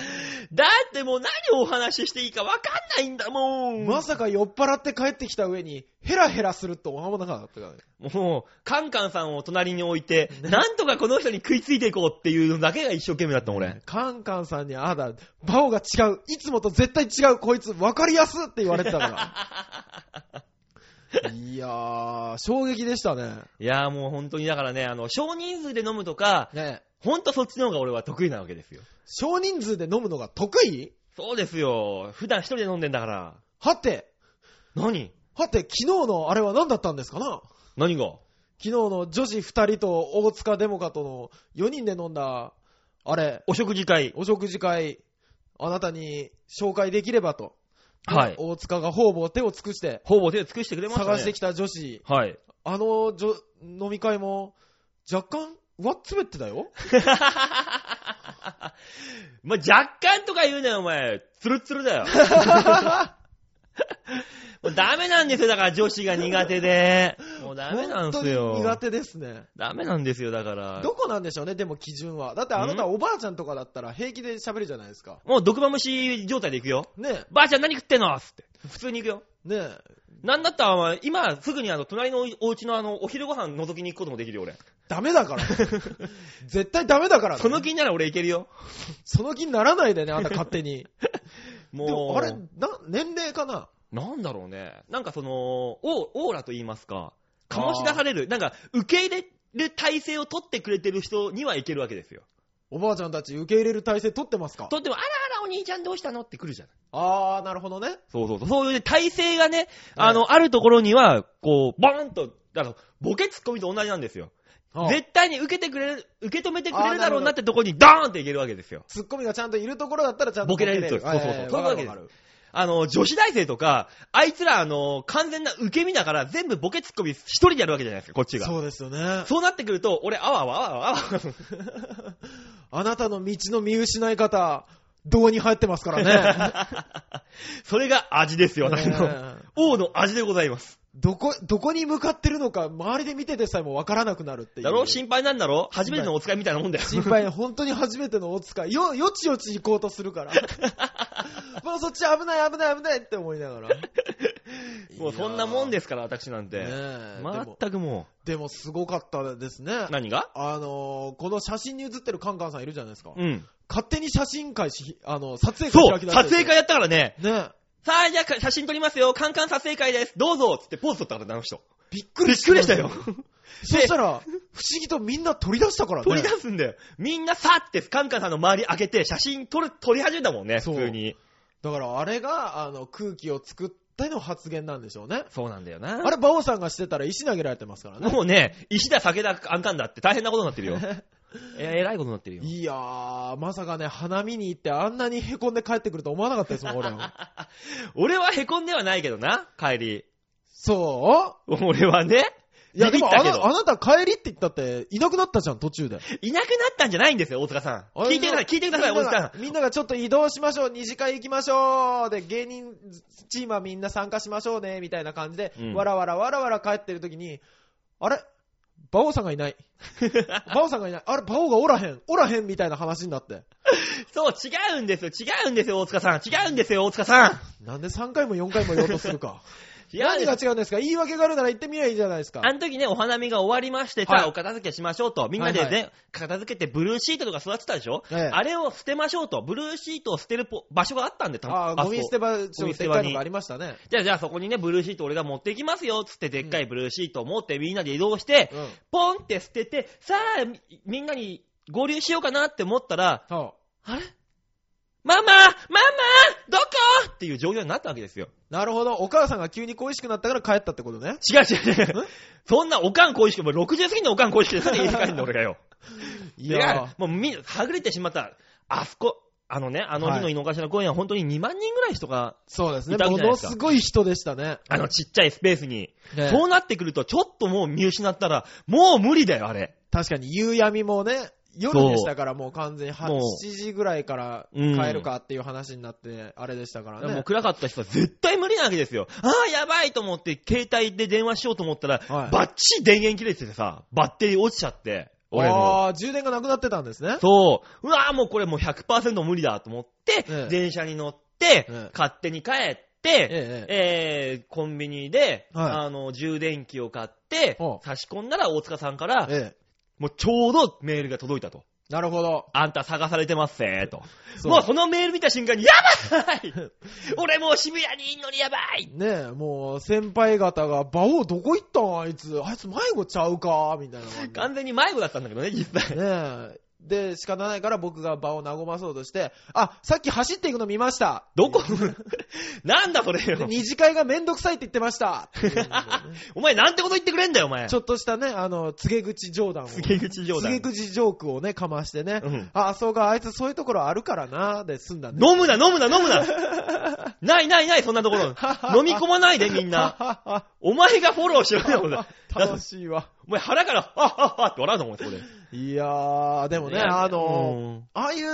だってもう何をお話ししていいかわかんないんだもん。 まさか酔っ払って帰ってきた上に、ヘラヘラすると思わなかったからね。 もう、カンカンさんを隣に置いて、なんとかこの人に食いついていこうっていうのだけが一生懸命だった俺。 カンカンさんに、バオが違う。いつもと絶対違う。こいつ分かりやすって言われてたから。いやー、衝撃でしたね。 いやーもう本当にだからね、少人数で飲むとか、ね、ほんとそっちの方が俺は得意なわけですよ。 少人数で飲むのが得意？ そうですよ。普段一人で飲んでんだから。 はて。 何？ はて、昨日のあれは何だったんですかな？ 何が？ 昨日の女子2人と大塚デモカとの4人で飲んだ、あれ。 お食事会。 あなたに紹介できればと。 はい。 大塚が方々手を尽くして。 方々手を尽くしてくれましたね。 探してきた女子。 はい。 飲み会も、若干、上っ詰めってたよ。 ま、若干とか言うなよ、お前。ツルツルだよ。もうダメなんですよ、だから女子が苦手で。もうダメなんですよ。 本当に苦手ですね。 ダメなんですよ、だから。 どこなんでしょうね、でも基準は。だってあなたおばあちゃんとかだったら平気で喋るじゃないですか。 もう毒マムシ状態で行くよ。 ねえ。 ばあちゃん何食ってんのつって。普通に行くよ。 ねえ。 なんだったら、今すぐに隣のお家のお昼ご飯覗きに行くこともできるよ、俺。 ダメだから。絶対ダメだから、ね。 その気になら俺行けるよ。 その気にならないでね、あんた勝手に。 もう。 あれ、年齢かな？ なんだろうね。なんかオーラと言いますか、醸し出される、なんか受け入れる体制を取ってくれてる人にはいけるわけですよ。 おばあちゃんたち受け入れる体制取ってますか？ 取っても、あらあらお兄ちゃんどうしたのって来るじゃん。 なるほどね。 そういう体制がね、あるところには、こう、ボーンと、ボケツッコミと同じなんですよ。絶対に受け止めてくれるだろうなってところにドーンっていけるわけですよ。 ツッコミがちゃんといるところだったらちゃんとボケられる。そういうわけです。女子大生とか、あいつら完全な受け身だから全部ボケツッコミ一人でやるわけじゃないですか、こっちが。 そうですよね。 そうなってくると、俺、あわ。 あなたの道の見失い方、胴に入ってますからね。 それが味ですよ、私の。王の味でございます。 どこに向かってるのか、周りで見ててさえもわからなくなるっていう。 だろ？心配なんだろ？初めてのお使いみたいなもんだよ。 心配、本当に初めてのお使い。よちよち行こうとするから。もうそっち危ないって思いながら。 もうそんなもんですから、私なんて。全くもう。でもすごかったですね。 何が？ この写真に写ってるカンカンさんいるじゃないですか。 うん。 勝手に写真会撮影会開き出して。 そう、撮影会やったからね。 ね。 さあ、じゃあ写真撮りますよ。カンカン撮影会です。どうぞつってポーズ撮ったから、あの人。 びっくりしたよ。そしたら、不思議とみんな撮り出したからね。 撮り出すんだよ。みんなさってカンカンさんの周り開けて写真撮り始めたもんね、普通に。 だからあれが、空気を作ったの発言なんでしょうね。 そうなんだよな。 あれ、馬王さんがしてたら石投げられてますからね。 もうね、石だ、酒だ、あんかんだって大変なことになってるよ。えらいことになってるよ。 いやー、まさかね、花見に行ってあんなに凹んで帰ってくると思わなかったですもん、俺は。 俺は凹んではないけどな、帰り。 そう俺はね。 いや、でもあなた帰りって言ったって、いなくなったじゃん、途中で。 いなくなったんじゃないんですよ、大塚さん。聞いてください、大塚さん。みんながちょっと移動しましょう、二次会行きましょう、で、芸人チームはみんな参加しましょうね、みたいな感じで、わらわら帰ってる時に、あれ馬王さんがいない。馬王さんがいない。あれ、馬王がおらへんみたいな話になって。 そう、違うんですよ、大塚さん。違うんですよ、大塚さん。なんで3回も4回も言おうとするか。何が違うんですか？言い訳があるなら言ってみりゃいいじゃないですか。 あの時ね、お花見が終わりまして、さあ、お片付けしましょうと。みんなでね、片付けてブルーシートとか育てたでしょ？あれを捨てましょうと。ブルーシートを捨てる場所があったんで、 ゴミ捨て場所でっかいのがありましたね。 じゃあそこにね、ブルーシート俺が持っていきますよ、つってでっかいブルーシートを持ってみんなで移動して、ポンって捨てて、さあ、みんなに合流しようかなって思ったら、あれ？ママどこっていう状況になったわけですよ。 なるほど。お母さんが急に恋しくなったから帰ったってことね。 違う。そんなおかん恋しく、もう60過ぎのおかん恋しくて、それで家に帰るんだ俺がよ。いや、もうはぐれてしまった。あそこ、日の井の頭公園は本当に2万人ぐらい人がそうですね。ものすごい人でしたね。 ちっちゃいスペースに。そうなってくると、ちょっともう見失ったら、もう無理だよ、あれ。 確かに夕闇もね、夜でしたからもう完全に7時ぐらいから帰るかっていう話になってあれでしたからね。 もう暗かった人は絶対無理なわけですよ。ああやばいと思って携帯で電話しようと思ったら、バッチリ電源切れててさ、バッテリー落ちちゃって。 俺の。 充電がなくなってたんですね。 そう。うわぁ、もうこれもう 100% 無理だと思って、電車に乗って、勝手に帰って、コンビニで、充電器を買って、差し込んだら大塚さんから、もうちょうどメールが届いたと。 なるほど。 あんた探されてますぜと。もうそのメール見た瞬間に、やばい俺もう渋谷にいんのにやばいねえ、もう先輩方が、馬王どこ行ったんあいつ迷子ちゃうかみたいな感じ。 完全に迷子だったんだけどね、実際。 ねえ。で、仕方ないから僕が場を和まそうとして、さっき走っていくの見ました。 どこなんだそれよ。 二次会がめんどくさいって言ってました。 お前なんてこと言ってくれんだよ、お前。 ちょっとしたね、告げ口冗談を。 告げ口冗談。 告げ口ジョークをね、かましてね。そうか、あいつそういうところあるからな、で済んだんです。飲むなない、そんなところ。飲み込まないで、みんな。お前がフォローしろよ、 楽しいわ。 お前腹から、って笑うと思う、そこで。 いやー、でもね、ああいう、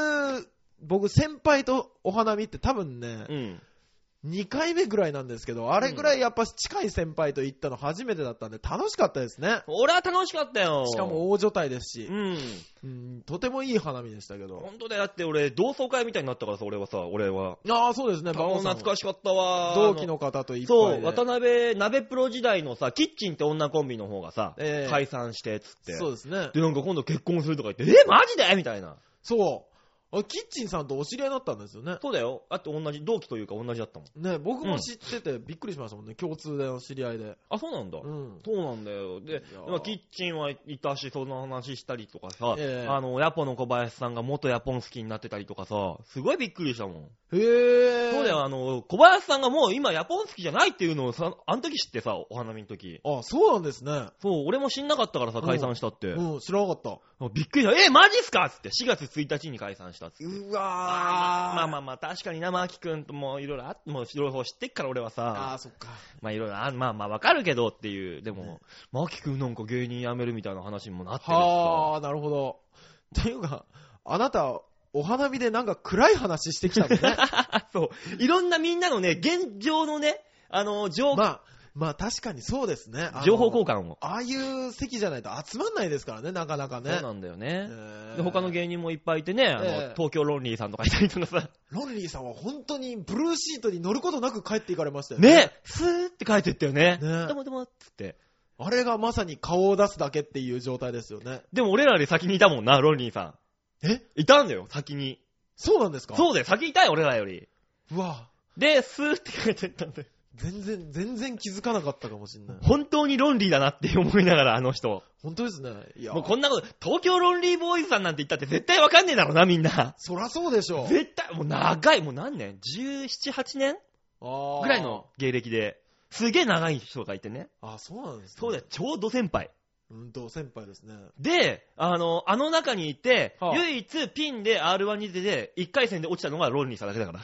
僕先輩とお花見って多分ね、2回目ぐらいなんですけど、あれぐらいやっぱ近い先輩と行ったの初めてだったんで楽しかったですね。 俺は楽しかったよ。 しかも大所帯ですし、とてもいい花見でしたけど。 本当だよ、だって俺同窓会みたいになったからさ、俺は。 そうですね、 馬王さん。懐かしかったわ。 同期の方といっぱいで。 そう、渡辺、鍋プロ時代のさ、キッチンって女コンビの方がさ、解散してつって。 そうですね。 で、なんか今度結婚するとか言って、マジでみたいな。 そう。キッチンさんとお知り合いになったんですよね。 そうだよ。あと同じ、同期というか同じだったもん。 ね、僕も知っててびっくりしましたもんね。共通での知り合いで。 そうなんだ。そうなんだよ。で、キッチンはいたし、その話したりとかさ、ヤポの小林さんが元ヤポン好きになってたりとかさ、すごいびっくりしたもん。 へー。 そうだよ、小林さんがもう今ヤポン好きじゃないっていうのをさ、あの時知ってさ、お花見の時。 そうなんですね。 そう、俺も知んなかったからさ、解散したって。 知らなかった。 びっくりした。マジっすかつって、4月1日に解散したっつって。 うわー。 まあ、確かにな、マキ君ともいろいろもういろいろ知ってっから俺はさ。 そっか。 いろいろわかるけどっていう。でも、マキ君なんか芸人辞めるみたいな話にもなってるしさ。 なるほど。というか、あなた、お花見でなんか暗い話してきたもんね。 そう。いろんなみんなのね、現状のね、 確かにそうですね。 情報交換を。 ああいう席じゃないと集まんないですからね、なかなかね。 そうなんだよね。で、他の芸人もいっぱいいてね、東京ロンリーさんとかいたりとかさ。 ロンリーさんは本当にブルーシートに乗ることなく帰っていかれましたよね。 ね、スーって帰ってったよね。でも、つって。 あれがまさに顔を出すだけっていう状態ですよね。 でも俺らより先にいたもんな、ロンリーさん。いたんだよ、先に。 そうなんですか？ そうだよ、先いたよ、俺らより。 うわ。 で、スーって帰ってったんだよ。 全然気づかなかったかもしんない。 本当にロンリーだなって思いながら、あの人。 本当ですね。いや。 もうこんなこと、東京ロンリーボーイズさんなんて言ったって絶対わかんねえだろうな、みんな。 そらそうでしょう。 絶対、もう長い、もう何年 ?17、8年ぐらいの芸歴で、すげえ長い人がいてね。 そうなんですね。 そうだよ、ちょうど先輩。 同先輩ですね。 で、あの中にいて、唯一ピンで R1 に出て、1回戦で落ちたのがロンリーさんだけだから。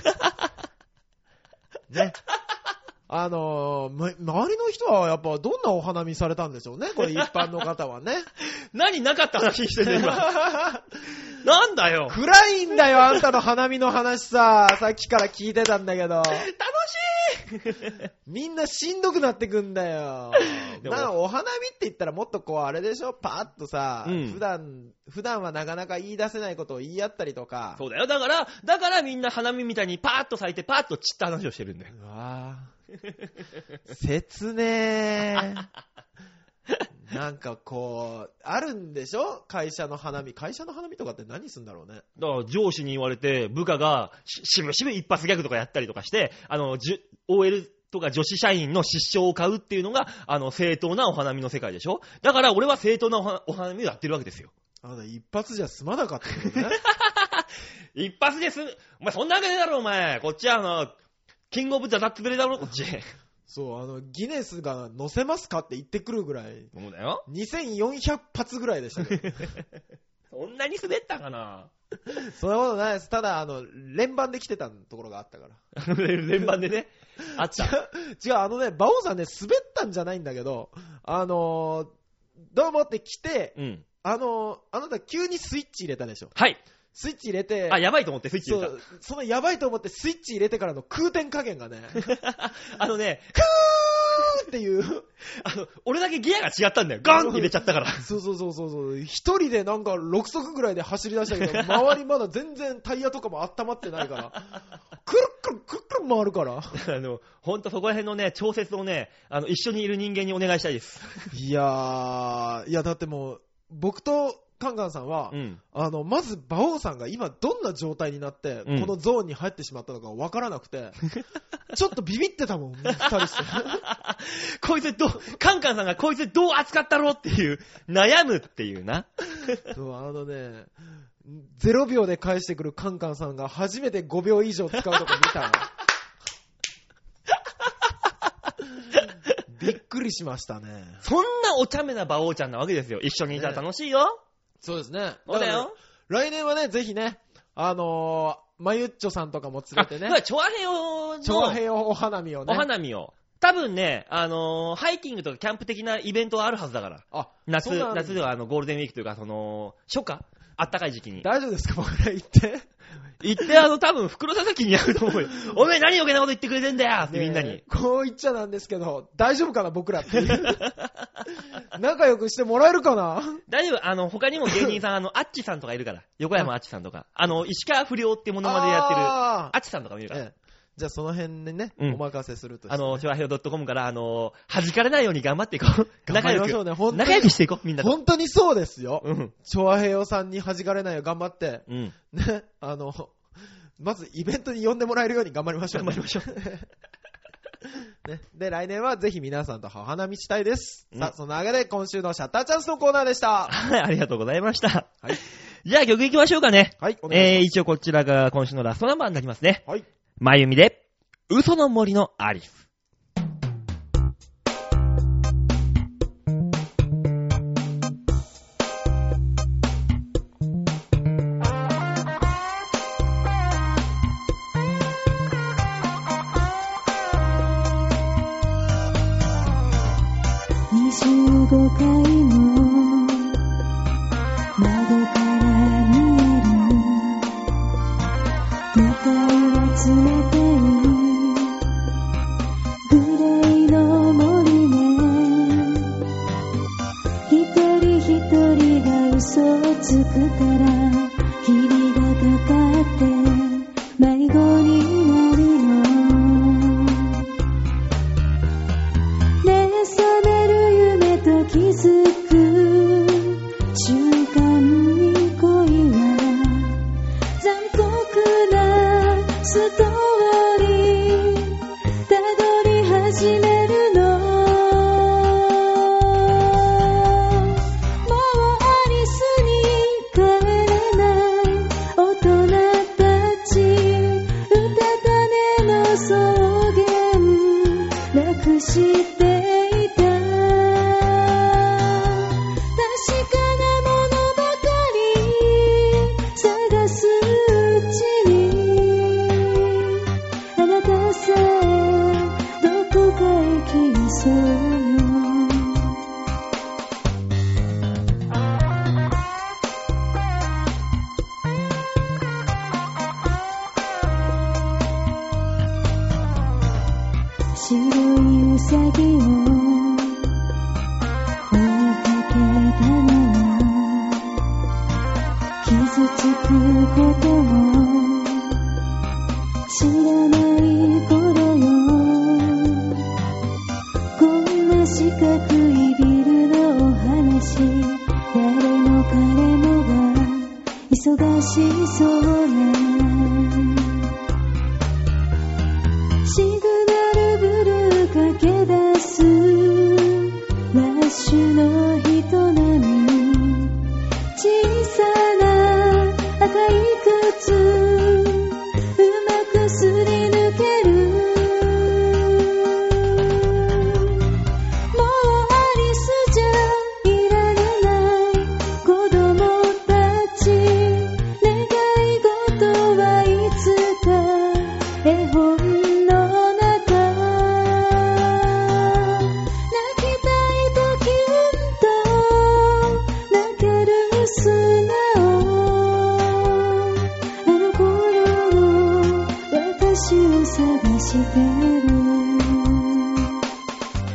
ね。周りの人はやっぱどんなお花見されたんでしょうね、これ一般の方はね。 何なかった話してる今。なんだよ。 暗いんだよ、あんたの花見の話さ。さっきから聞いてたんだけど。 楽しいみんなしんどくなってくんだよ。お花見って言ったらもっとこうあれでしょ、パーッとさ、普段はなかなか言い出せないことを言い合ったりとか。 そうだよ。だからみんな花見みたいにパーッと咲いてパーッと散った話をしてるんだよ。 うわぁ。切ねー。なんかこう、あるんでしょ？会社の花見とかって何すんだろうね。 だから上司に言われて、部下がしぶしぶ一発ギャグとかやったりとかして、OL とか女子社員の失笑を買うっていうのが、正当なお花見の世界でしょ？だから俺は正当なお花見をやってるわけですよ。 一発じゃ済まなかったけどね。 一発でお前そんなわけねえだろ、お前。こっちはキングオブザ・ザッツブレだろ、こっち。 そう、ギネスが載せますかって言ってくるぐらい。 そうだよ。 2400発ぐらいでしたけど。 そんなに滑ったかな？ そんなことないです。ただ、連番で来てたところがあったから。 連番でね。あった。 違う、馬王さんね、滑ったんじゃないんだけど、どうもって来て、あなた急にスイッチ入れたでしょ。 はい。 スイッチ入れて、 やばいと思ってスイッチ入れた。 そのやばいと思ってスイッチ入れてからの空転加減がね。 クーっていう。 俺だけギアが違ったんだよ。ガンって入れちゃったから。 そう。一人でなんか6速ぐらいで走り出したけど、周りまだ全然タイヤとかも温まってないから、くるくる回るから。 ほんとそこら辺のね、調節をね、一緒にいる人間にお願いしたいです。 いやだってもう、僕と、カンカンさんは、まず馬王さんが今どんな状態になって、このゾーンに入ってしまったのか分からなくて、ちょっとビビってたもん、二人して。 こいつカンカンさんがこいつどう扱ったろうっていう、悩むっていうな。 そう、0秒で返してくるカンカンさんが初めて5秒以上使うとこ見た。びっくりしましたね。 そんなお茶目な馬王ちゃんなわけですよ。一緒にいたら楽しいよ。 そうですね。 そうだよ。 来年はね、ぜひね、まゆっちょさんとかも連れてね。 チョアヘヨお花見をね。 お花見を。多分ね、ハイキングとかキャンプ的なイベントはあるはずだから。夏ではゴールデンウィークというか、初夏あったかい時期に。 大丈夫ですか僕ら行って。 多分袋叩きにやると思うよ。おめえ何余計なこと言ってくれてんだよってみんなに。 こう言っちゃなんですけど、大丈夫かな僕らっていう。仲良くしてもらえるかな。 大丈夫。他にも芸人さん、あっちさんとかいるから。横山あっちさんとか。石川不良ってものまでやってる、あっちさんとかもいるから。 じゃあその辺でね、お任せするとして、 チョアヘヨ .com から、弾かれないように頑張っていこう。仲良くしていこう、みんなと。 本当にそうですよ。チョアヘヨさんに弾かれないように頑張って、ね、まずイベントに呼んでもらえるように頑張りましょう。ね、で、来年はぜひ皆さんとお花見したいです。さあ、その流れで今週のシャッターチャンスのコーナーでした。 はい、ありがとうございました。はい。じゃあ曲行きましょうかね。 はい、お願いします。 一応こちらが今週のラストナンバーになりますね。 はい。 まゆみで、嘘の森のアリス。 25階の窓から見える向かいを連れてグレーの森ね一人一人が嘘をつくから霧がかかって迷子になるのねえ覚める夢と気づく瞬間に恋は残酷なストーリーたどり始めるのもうアリスに帰れない大人たちうたた寝の草原なくしていた確かなものばかり探すうちにあなたさえどこかへ消えそうよ白いウサギを追いかけたまま傷つくことも知らない頃よこんな四角いビルのお話誰も彼もが忙しそうねシグナルブルー駆け出すラッシュの人並み小さな赤い靴うまくすり抜けるもうアリスじゃいられない子供たち願い事はいつか絵本の中泣きたい時うんと泣ける素直あの頃の私を探してる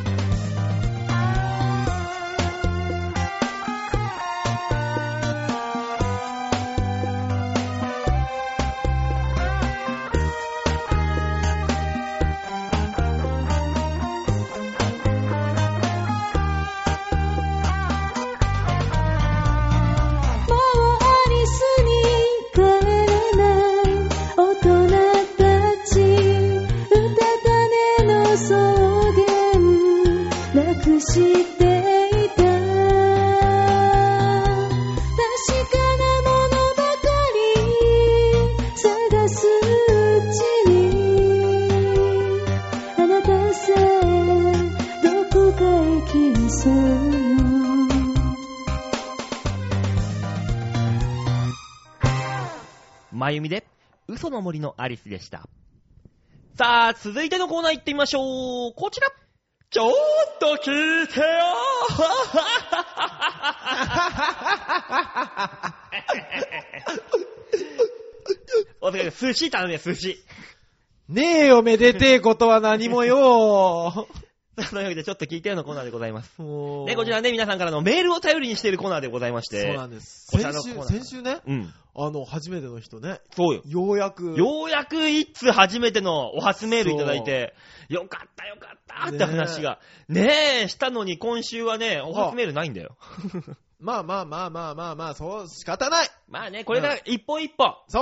そうよ。 まゆみで嘘の森のアリスでした。さあ、続いてのコーナー行ってみましょう。こちら。ちょっと聞いてよお疲れ、寿司頼むね、寿司。 ねえよ、めでてえことは何もよ。 そのようでちょっと聞いてよのコーナーでございます。ね、こちらね、皆さんからのメールを頼りにしているコーナーでございまして。 そうなんです。先週ね、初めての人ね。 そうよ。 ようやく一通初めてのお初メールいただいて、よかったよかったって話が。ねえ、したのに今週はね、お初メールないんだよ。 まあ、そう、仕方ない。 まあね、これが一歩一歩。 そう。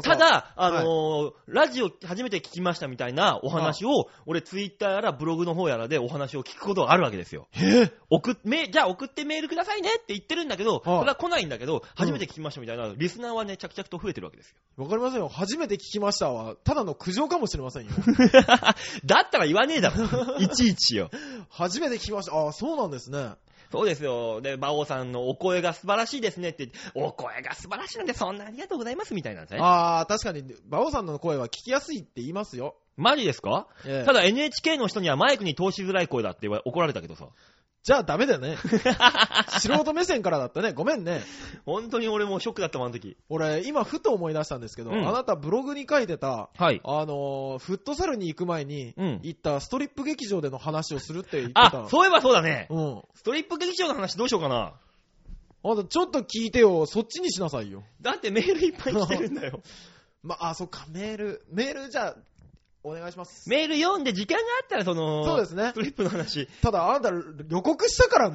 ただ、ラジオ初めて聞きましたみたいなお話を、俺ツイッターやらブログの方やらでお話を聞くことがあるわけですよ。じゃあ送ってメールくださいねって言ってるんだけど、それは来ないんだけど、初めて聞きましたみたいな、リスナーはね、着々と増えてるわけですよ。 わかりませんよ。初めて聞きましたは、ただの苦情かもしれませんよ。 だったら言わねえだろ。いちいちよ。 初めて聞きました。ああ、そうなんですね。 そうですよ。で、馬王さんのお声が素晴らしいですねって言って、お声が素晴らしいなんてそんなありがとうございますみたいなんですね。 ああ、確かに、馬王さんの声は聞きやすいって言いますよ。 マジですか？ただ NHK の人にはマイクに通しづらい声だって怒られたけどさ。 じゃあダメだよね。素人目線からだったね。ごめんね。 本当に俺もショックだったもん、あの時。 俺、今ふと思い出したんですけど、あなたブログに書いてた、 はい、 フットサルに行く前に、行ったストリップ劇場での話をするって言ってた。 あ、そういえばそうだね。ストリップ劇場の話どうしようかな。 あんたちょっと聞いてよ。そっちにしなさいよ。 だってメールいっぱい来てるんだよ。 そっか、メールじゃあ、お願いします。 メール読んで時間があったらそうですね。 ストリップの話。 ただあなた予告したからね。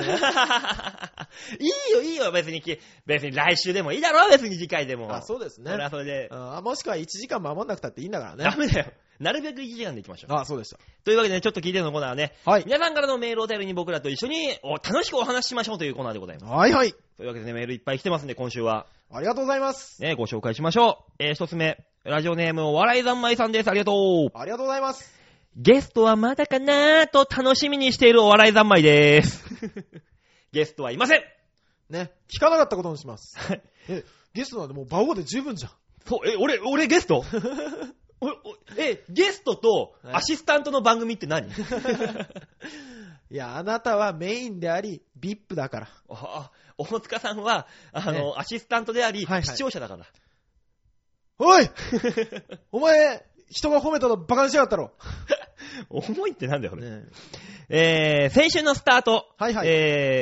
いいよ、別に来週でもいいだろ、別に次回でも。 あ、そうですね。 それで。 もしくは1時間守んなくたっていいんだからね。 ダメだよ。なるべく1時間で行きましょう。 あ、そうでした。 というわけでね、ちょっと聞いてるのコーナーはね、 はい。 皆さんからのメールを頼りに僕らと一緒に楽しくお話ししましょうというコーナーでございます。 はいはい。 というわけでね、メールいっぱい来てますんで、今週は。 ありがとうございます。 ね、ご紹介しましょう。一つ目、ラジオネームお笑い三昧さんです。ありがとう。 ありがとうございます。 ゲストはまだかなーと楽しみにしているお笑い三昧です。ゲストはいません。 ね、聞かなかったことにします。ゲストなんでもう馬王で十分じゃん。 そう、俺ゲストゲストとアシスタントの番組って何？ いや、あなたはメインであり、VIP だから。 大塚さんは、アシスタントであり、視聴者だから。 おいお前、人が褒めたのバカにしやがったろ。 重いってなんだよ、俺。先週のスタート。 はいはい。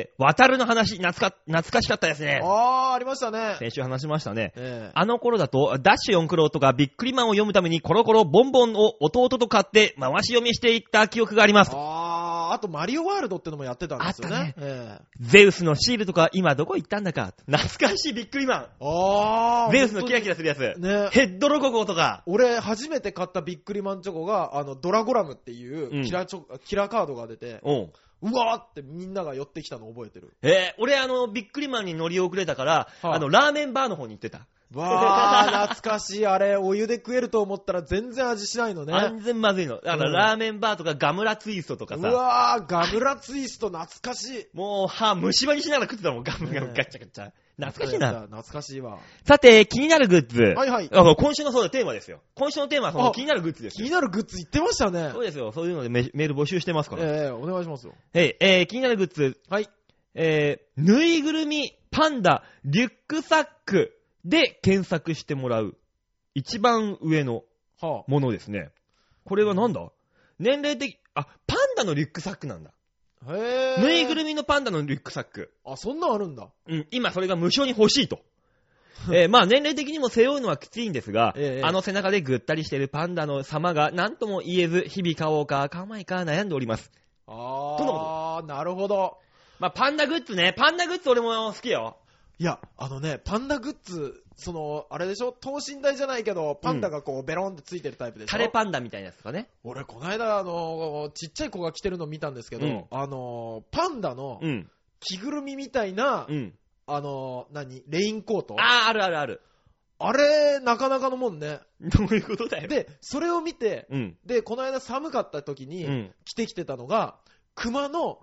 渡るの話、懐かしかったですね。 ありましたね。 先週話しましたね。あの頃だと、ダッシュ4クロとかビックリマンを読むためにコロコロボンボンを弟と買って回し読みしていった記憶があります。 あとマリオワールドってのもやってたんですよね。 ゼウスのシールとか今どこ行ったんだか。懐かしいビックリマン。ゼウスのキラキラするやつ。 ね、 ヘッドロココとか。 俺初めて買ったビックリマンチョコが、ドラゴラムっていうキラカードが出て、うわーってみんなが寄ってきたの覚えてる。 俺ビックリマンに乗り遅れたから、ラーメンバーの方に行ってた。 わー、懐かしい。あれ、お湯で食えると思ったら全然味しないのね。 全然まずいの。だからラーメンバーとかガムラツイストとかさ。 うわー、ガムラツイスト懐かしい。 もう歯虫歯にしながら食ってたもん、ガムガムガチャガチャ。懐かしいな。 懐かしいわ。 さて、気になるグッズ。 はいはい。 今週のそうだ、テーマですよ。今週のテーマはその気になるグッズですよ。 気になるグッズ言ってましたね。 そうですよ。そういうのでメール募集してますから。 お願いしますよ。 気になるグッズ。 はい。 ぬいぐるみ、パンダ、リュックサックで検索してもらう。一番上のものですね。これはなんだ？年齢的、パンダのリュックサックなんだ。ぬいぐるみのパンダのリュックサック。 そんなんあるんだ。 今それが無償に欲しいと。まあ年齢的にも背負うのはきついんですが、背中でぐったりしているパンダの様が何とも言えず、日々買おうか買わないか悩んでおります。 なるほど。 まあパンダグッズね。パンダグッズ俺も好きよ。 いや、パンダグッズ、あれでしょ、等身大じゃないけど、パンダがこう、ベロンってついてるタイプでしょ。 タレパンダみたいなやつかね。 俺、この間、ちっちゃい子が着てるの見たんですけど、パンダの、着ぐるみみたいな、レインコート？ あるあるある。 あれ、なかなかのもんね。 どういうことだよ。 で、それを見て、で、この間寒かった時に、着てきてたのが、熊の、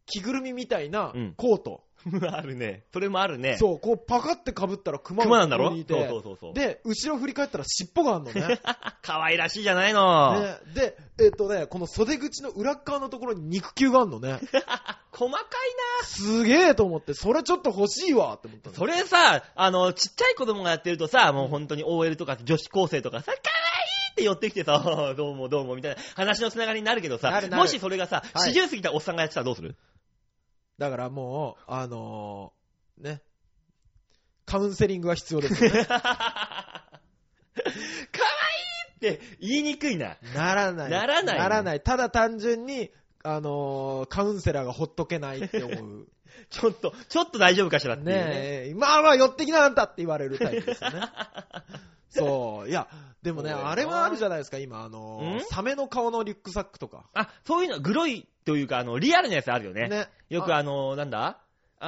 着ぐるみみたいなコート。 あるね。それもあるね。 そう、こうパカって被ったら熊なんだろ？ いて、 そう。 で、後ろ振り返ったら尻尾があるのね。 可愛らしいじゃないの。 ね、で、この袖口の裏側のところに肉球があるのね。 細かいな。 すげえと思って、それちょっと欲しいわって思ったの。 それさ、ちっちゃい子供がやってるとさ、もう本当に OL とか女子高生とかさ、可愛いって寄ってきてさ、どうもみたいな話のつながりになるけどさ、もしそれがさ、40過ぎたおっさんがやってたらどうする？ だからもう、ね。カウンセリングが必要ですよね。 かわいいって言いにくいな。 ならない。ただ単純に、カウンセラーがほっとけないって思う。 ちょっと大丈夫かしらっていうね。 ねえ、まあ寄ってきなあんたって言われるタイプですよね。そう。いや、でもね、あれはあるじゃないですか、今、サメの顔のリュックサックとか。 あ、そういうの、グロいというか、リアルなやつあるよね。ね。よくなんだ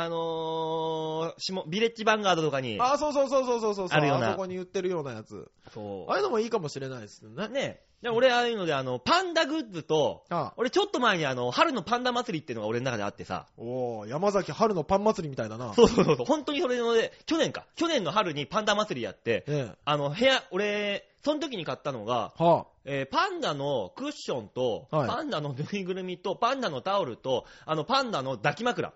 ビレッジヴァンガードとかに。 あ、そう。 あるような。 あそこに売ってるようなやつ。 そう。 ああいうのもいいかもしれないですよね。 ね。で俺ああいうのでパンダグッズと、俺ちょっと前に春のパンダ祭りっていうのが俺の中であってさ。 おー、山崎春のパン祭りみたいだな。 そう。本当にそれので、去年の春にパンダ祭りやって、俺、その時に買ったのが、パンダのクッションと、パンダのぬいぐるみと、パンダのタオルと、パンダの抱き枕。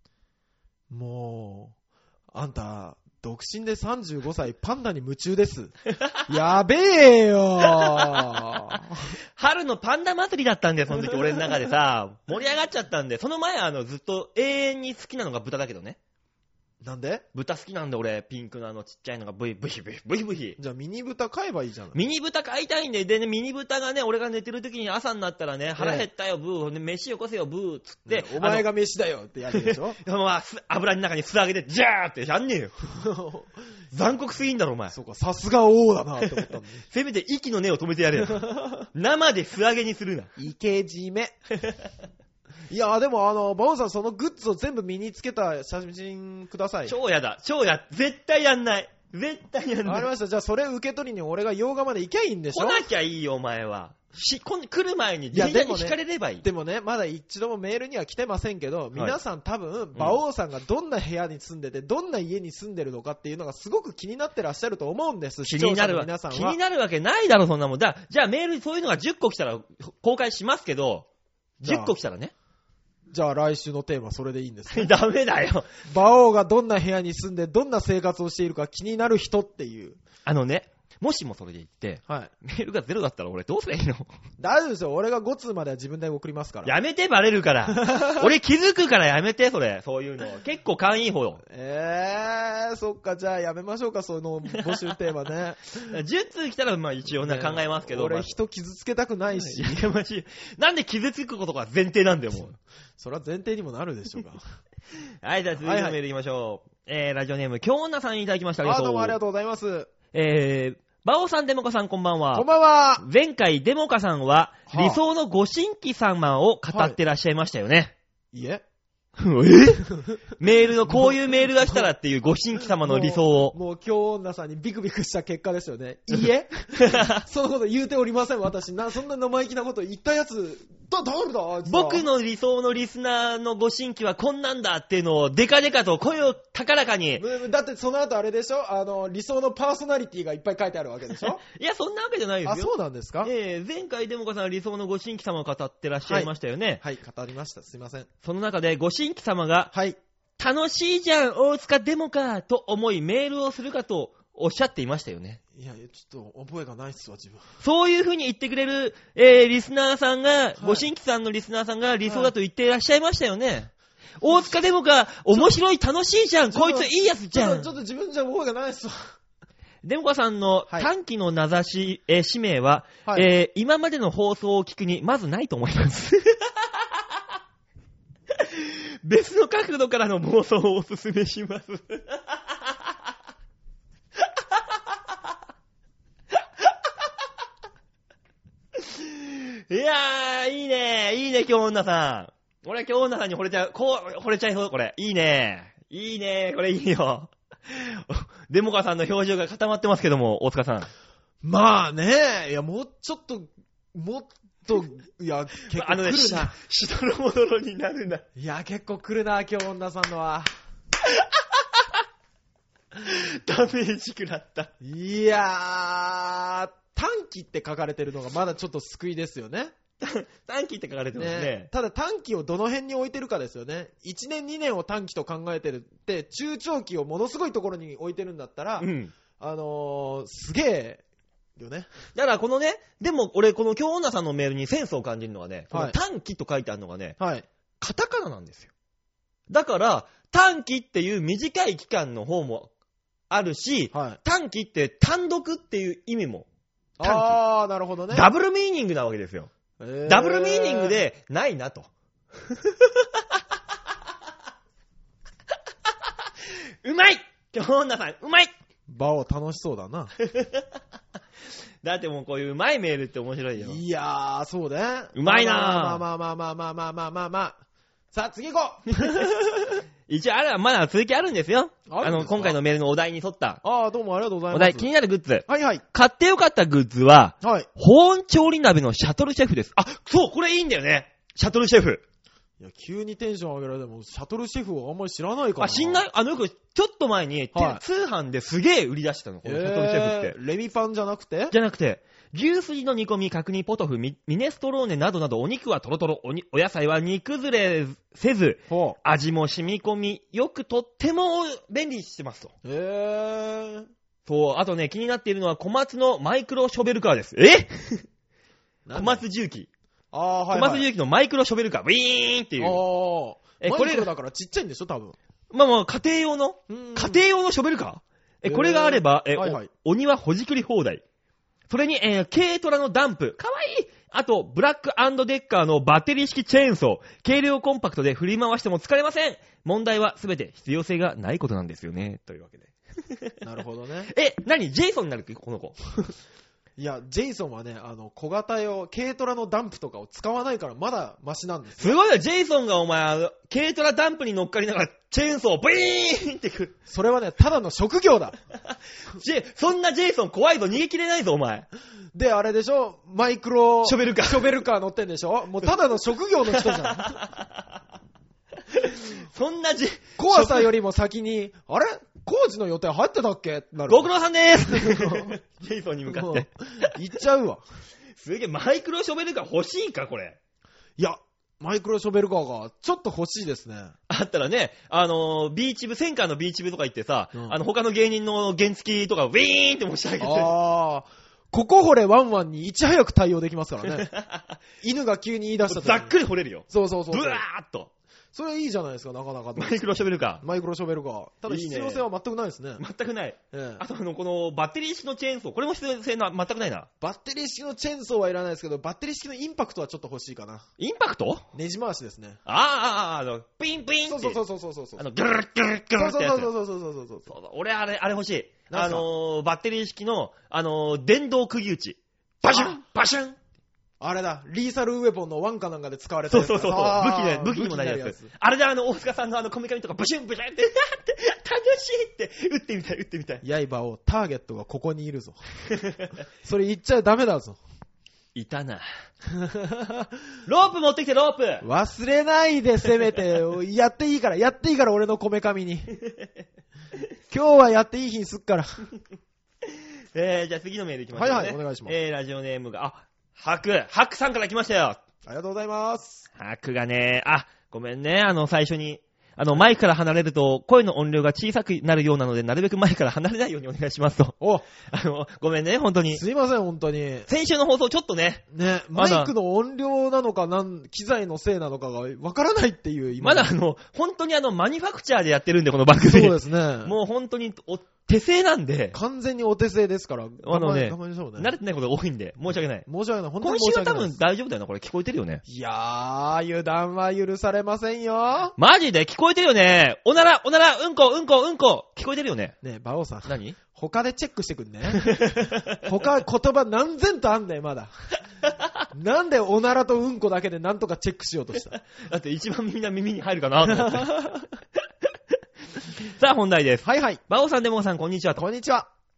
もう、あんた、独身で35歳パンダに夢中です。やべえよー。 春のパンダ祭りだったんだよ、その時俺の中でさ。盛り上がっちゃったんで、その前ずっと永遠に好きなのが豚だけどね。 なんで？ 豚好きなんで俺、ピンクのちっちゃいのがブヒ。 じゃあミニ豚買えばいいじゃん。 ミニ豚買いたいんで、でね、ミニ豚がね、俺が寝てる時に朝になったらね、腹減ったよ、ブー、飯よこせよ、ブー、つって。 お前が飯だよってやるでしょ油の中に素揚げで、ジャーってやんねえよ。残酷すぎんだろ、お前。 そうか、さすが王だなって思ったんだ。 せめて息の根を止めてやれよ。生で素揚げにするな。 イケ締め。いやでもバオンさんそのグッズを全部身につけた写真ください。 超やだ。絶対やんない。わかりました。じゃあそれ受け取りに俺が洋画まで行きゃいいんでしょ？ 来なきゃいいよお前は。来る前に電車に引かれればいい。 でもね、まだ一度もメールには来てませんけど、皆さん多分、馬王さんがどんな部屋に住んでて、どんな家に住んでるのかっていうのがすごく気になってらっしゃると思うんです。視聴者の皆さんは。 気になるわけないだろ、そんなもん。じゃあメールにそういうのが10個来たら公開しますけど、10個来たらね。 じゃあ来週のテーマそれでいいんですか？ ダメだよ。 馬王がどんな部屋に住んでどんな生活をしているか気になる人っていう。 もしもそれで言って、メールが0だったら俺どうすりゃいいの？ 大丈夫ですよ。俺が5通までは自分で送りますから。 やめて、バレるから。俺気づくからやめて、そういうの。結構勘いい方よ。 そっか、じゃあやめましょうか、その募集テーマね。 10通来たら一応考えますけど。 俺人傷つけたくないし。 なんで傷つくことが前提なんだよ、もう。 それは前提にもなるでしょうが。 はい、じゃあ続いてのメールいきましょう。ラジオネーム、京女さんいただきました。 どうもありがとうございます。 バオさん、デモカさん、こんばんは。 こんばんは。 前回、デモカさんは、理想のご新規様を語ってらっしゃいましたよね。 いえメールの、こういうメールが来たらっていうご新規様の理想を。 もう京女さんにビクビクした結果ですよね。いいえそのこと言うておりません、私。そんな生意気なこと言ったやつ、誰だ僕の理想のリスナーのご新規はこんなんだっていうのをデカデカと声を高らかに。 だってその後あれでしょ理想のパーソナリティがいっぱい書いてあるわけでしょいや、そんなわけじゃないですよ。 あ、そうなんですか？ 前回デモカさんは理想のご新規様を語ってらっしゃいましたよね。 はい、語りました。すいません。 その中でご新規様が、楽しいじゃん、大塚デモカと思いメールをするかとおっしゃっていましたよね。 いや、ちょっと覚えがないっすわ、自分。 そういう風に言ってくれる、リスナーさんが、ご新規さんのリスナーさんが理想だと言っていらっしゃいましたよね。大塚デモカ、面白い、楽しいじゃん、こいついいやつじゃん。 ちょっと自分じゃ覚えがないっすわ。 デモカさんの短期の名指し、氏名は、今までの放送を聞くにまずないと思います。別の角度からの妄想をお勧めします。いやー、いいね、京女さん。俺は京女さんに惚れちゃいそう、これ。いいね、これいいよ。デモカさんの表情が固まってますけども、大塚さん。 まあね、いや、もうちょっと、 もっと、いや、結構来るな。 しどろもどろになるな。 いや、結構来るな、今日女さんのは。 ダメージ食らった。 いやー、短期って書かれてるのがまだちょっと救いですよね。 短期って書かれてますね。 ただ短期をどの辺に置いてるかですよね。1年2年を短期と考えてるって、中長期をものすごいところに置いてるんだったら、すげえよね。 だからこのね、でも俺この京女さんのメールにセンスを感じるのはね、この短期と書いてあるのがね、はい、カタカナなんですよ。だから短期っていう短い期間の方もあるし、はい、短期って単独っていう意味も。 あー、なるほどね。 ダブルミーニングなわけですよ。ダブルミーニングでないなと。うまい京女さん、うまい場を楽しそうだな。 だってもうこういううまいメールって面白いよ。 いやー、そうね。 うまいなぁ。まあ。さあ、次行こう一応、まだ続きあるんですよ。今回のメールのお題に沿った。 ああ、どうもありがとうございます。 お題、気になるグッズ。 はいはい。 買ってよかったグッズは、 はい。 保温調理鍋のシャトルシェフです。あ、そう、これいいんだよね。シャトルシェフ。 いや、急にテンション上げられても、シャトルシェフをあんまり知らないからな。 知んない？よく、ちょっと前に、はい、通販ですげえ売り出したの、このシャトルシェフって。 レミパンじゃなくて？ じゃなくて、牛すじの煮込み、角煮、ポトフ、ミネストローネなどなどお肉はトロトロ、お野菜は煮崩れせず、味も染み込み、よくとっても便利してますと。そう、あとね、気になっているのは小松のマイクロショベルカーです。小松重機。小松重機のマイクロショベルカー、ウィーンっていう。 これだからちっちゃいんでしょ、多分。 まあ家庭用のショベルカー？これがあれば、お庭ほじくり放題。それに、軽トラのダンプ。かわいい！あと、ブラック&デッカーのバッテリー式チェーンソー。軽量コンパクトで振り回しても疲れません。問題はすべて必要性がないことなんですよね。というわけで。 なるほどね。 何？ジェイソンになるっけこの子。 いや、ジェイソンはね、小型用、軽トラのダンプとかを使わないからまだマシなんですよ。 すごいよ、ジェイソンがお前、軽トラダンプに乗っかりながら、チェーンソー、ブイーンってくる。 それはね、ただの職業だ。 そんなジェイソン怖いぞ、逃げ切れないぞ、お前。 で、あれでしょ、マイクロ、 ショベルカー乗ってんでしょ。もうただの職業の人じゃん。 そんな怖さよりも先に、あれ工事の予定入ってたっけなる。 ご苦労さんでーす。ジェイソンに向かって。 行っちゃうわ。 すげえ、マイクロショベルカー欲しいか、これ。 いや、マイクロショベルカーがちょっと欲しいですね。 あったらね、ビーチ部、センカーのビーチ部とか行ってさ、他の芸人の原付とかウィーンって持ち上げて。 ここ掘れワンワンにいち早く対応できますからね。犬が急に言い出した時にざっくり掘れるよ。 そう。ブワーっと。 それいいじゃないですか、なかなか。 マイクロショベルカー。 マイクロショベルカー。ただ必要性は全くないですね。 全くない。あとこのバッテリー式のチェーンソー、これも必要性全くないな。 バッテリー式のチェーンソーはいらないですけど、バッテリー式のインパクトはちょっと欲しいかな。 インパクト？ ネジ回しですね。 ピンピンって。 そう。 ギュルッギュルッギュルってやつ。 そう。 俺あれ欲しい。バッテリー式の、電動釘打ち。バシュンあれだ、リーサルウェポンのワンかなんかで使われてる。 そう。武器にもなるやつ。あれで大塚さんのこめかみとかブシュンって、楽しいって、撃ってみたい。 刃をターゲットがここにいるぞ。それ言っちゃダメだぞ。 いたな。ロープ持ってきて、ロープ。 忘れないで、せめて。やっていいから俺のこめかみに。今日はやっていい日にすっから。 じゃあ次のメールいきましょうね。 はい、お願いします。 ラジオネームが、ハクさんから来ましたよ。ありがとうございます。 ハクがね、ごめんね、最初に、マイクから離れると声の音量が小さくなるようなので、なるべくマイクから離れないようにお願いしますと。ごめんね、本当に。 すいません、本当に。 先週の放送ちょっとね。 マイクの音量なのか、機材のせいなのかがわからないっていう、 まだ本当にマニファクチャーでやってるんで、この番組。 そうですね。 もう本当に、手製なんで。 完全にお手製ですから。 慣れてないことが多いんで、申し訳ない。 本当に申し訳ない。 今週は多分大丈夫だよな、これ聞こえてるよね。 いやー、油断は許されませんよ。 マジで聞こえてるよね。おなら、うんこ。聞こえてるよね。 ねえ、馬王さん。 何？ 他でチェックしてくんね。他言葉何千とあんだよ、まだ。なんでおならとうんこだけでなんとかチェックしようとした？ だって一番みんな耳に入るかなと思って。さあ本題です。 はい。 馬王さん、デモさん、こんにちは。 こんにちは。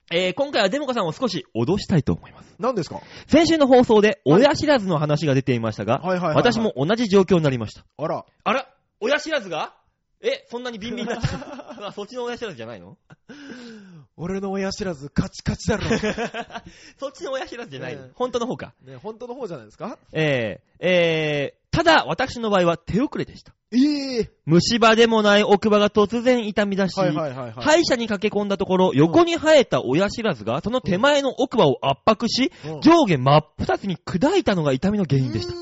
今回はデモカさんを少し脅したいと思います。 何ですか？ 先週の放送で親知らずの話が出ていましたが、 はいはいはいはい、 私も同じ状況になりました。 あら。 あら、親知らずがそんなにビンビンになっちゃうそっちの親知らずじゃないの？ 俺の親知らずカチカチだろ。 そっちの親知らずじゃない、本当の方か。 ね、本当の方じゃないですか？ ただ、私の場合は手遅れでした。虫歯でもない奥歯が突然痛み出し、歯医者に駆け込んだところ、横に生えた親知らずが、その手前の奥歯を圧迫し、上下真っ二つに砕いたのが痛みの原因でした。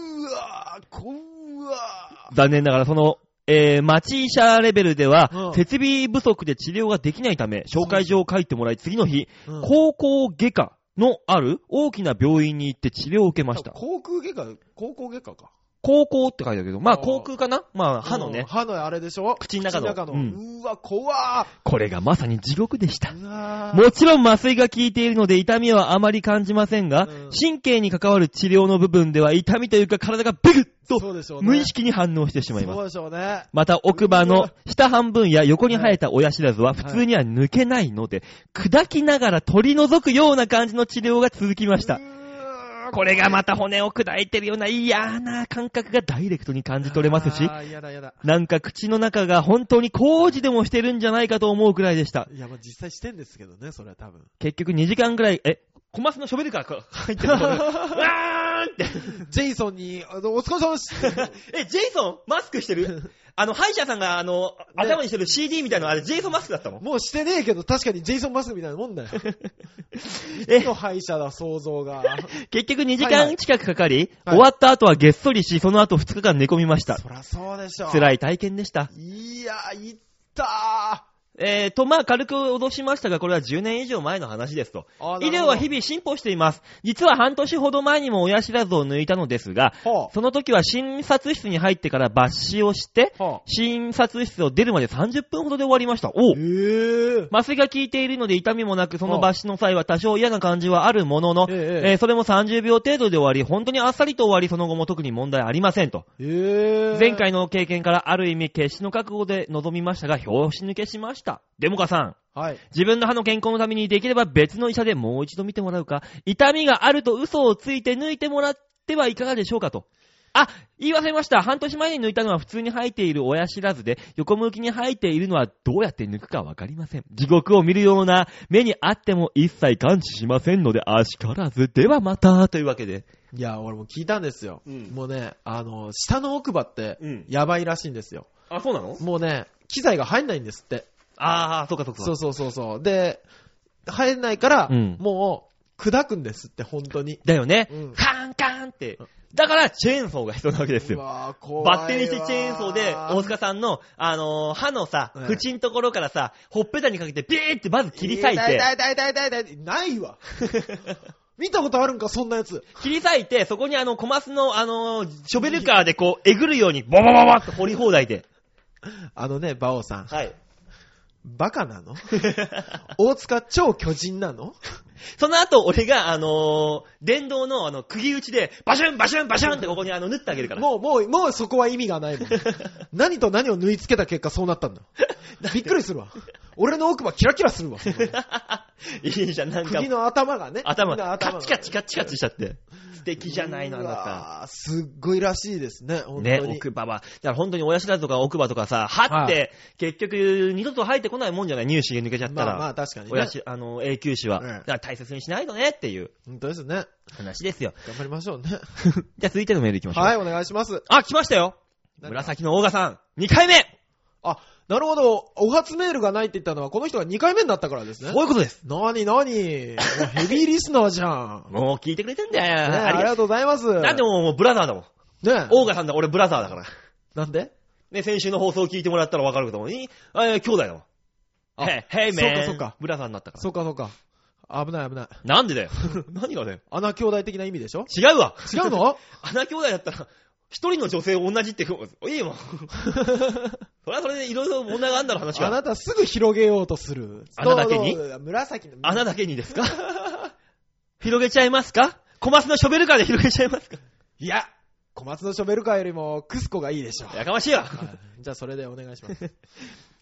残念ながら、その、町医者レベルでは、設備不足で治療ができないため、紹介状を書いてもらい、次の日、高校外科のある大きな病院に行って治療を受けました。 高校外科か。 高校って書いてあるけど、まあ航空かな？まあ歯のね。 歯のあれでしょ？ 口の中の。 うわ、怖ー。 これがまさに地獄でした。もちろん麻酔が効いているので痛みはあまり感じませんが、神経に関わる治療の部分では痛みというか体がビクッと無意識に反応してしまいます。 そうでしょうね。 また奥歯の下半分や横に生えた親知らずは普通には抜けないので、砕きながら取り除くような感じの治療が続きました。これがまた骨を砕いてるような嫌な感覚がダイレクトに感じ取れますし、なんか口の中が本当に工事でもしてるんじゃないかと思うくらいでした。 いや、まあ実際してんですけどね、それは多分。 結局2時間くらい、小松のショベルカー入ってるところで、うわーって。 ジェイソンに、お疲れ様です。 ジェイソンマスクしてる歯医者さんが頭にしてる CD みたいなのあれジェイソンマスクだったもん。 もうしてねえけど確かにジェイソンマスクみたいなもんだよ。いつの歯医者だ、想像が。 結局2時間近くかかり、終わった後はげっそりし、その後2日間寝込みました。 そらそうでしょ。 辛い体験でした。 いや、いったー。 まあ、軽く脅しましたが、これは10年以上前の話ですと。医療は日々進歩しています。実は半年ほど前にも親知らずを抜いたのですが、その時は診察室に入ってから抜歯をして、診察室を出るまで30分ほどで終わりました。麻酔が効いているので痛みもなく、その抜歯の際は多少嫌な感じはあるものの、それも30秒程度で終わり、本当にあっさりと終わり、その後も特に問題ありませんと。前回の経験からある意味決死の覚悟で臨みましたが、拍子抜けしました。デモカさん、自分の歯の健康のためにできれば別の医者でもう一度見てもらうか、痛みがあると嘘をついて抜いてもらってはいかがでしょうかと。言い忘れました。半年前に抜いたのは普通に生えている親知らずで、横向きに生えているのはどうやって抜くかわかりません。地獄を見るような目にあっても一切感知しませんので、あしからず。ではまた、というわけで。 いや、俺も聞いたんですよ。もうね、下の奥歯って、やばいらしいんですよ。 そうなの？ もうね、機材が入んないんですって。 そうか。 そう。で、入んないから、もう、砕くんですって、本当に。 だよね。カンカンって。だから、チェーンソーが必要なわけですよ。バッテリーしてチェーンソーで、大塚さんの、歯のさ、口のところからさ、ほっぺたにかけて、ビーってまず切り裂いて。 ないわ。見たことあるんか、そんなやつ。 切り裂いて、そこに小松の、ショベルカーでこう、えぐるように、ババババって掘り放題で。 バオさん。バカなの？大塚超巨人なの？ その後、俺が、電動の釘打ちで、バシュンバシュンバシュンってここに縫ってあげるから。 もうそこは意味がないもん。何と何を縫い付けた結果そうなったんだ。びっくりするわ。俺の奥歯キラキラするわ。 いいじゃん、なんか。 釘の頭がね。 頭がカチカチしちゃって。素敵じゃないの、あなた。 すっごいらしいですね、本当に。 ね、奥歯は。だから本当に親知らずとか奥歯とかさ、歯って、結局、二度と生えてこないもんじゃない？乳歯が抜けちゃったら。 まあ確かにね。 永久歯は。だから大切にしないとねっていう。 本当ですね。 話ですよ。 頑張りましょうね。 じゃあ続いてのメールいきましょう。 はい、お願いします。 来ましたよ。紫のオーガさん、2回目。 なるほど。お初メールがないって言ったのは、この人が2回目になったからですね。 そういうことです。 なにヘビーリスナーじゃん。 もう聞いてくれてんだよ。 ありがとうございます。 なんでもうブラザーだもん。ねオーガさんだ、俺ブラザーだから。 なんで？ ね、先週の放送を聞いてもらったらわかるけども、兄弟だもん。ヘイメン。 そうか。 ブラザーになったから。 そうか。危ない。 なんでだよ。何がだよ。 穴兄弟的な意味でしょ？ 違うわ。 違うの？ 穴兄弟だったら、一人の女性同じって、いいよ。それはそれでいろいろ問題があんだろ、話が。 あなたすぐ広げようとする。 穴だけに？ 紫の。 穴だけにですか？広げちゃいますか？小松のショベルカーで広げちゃいますか？ いや、小松のショベルカーよりもクスコがいいでしょ。 やかましいわ。 じゃあそれでお願いします。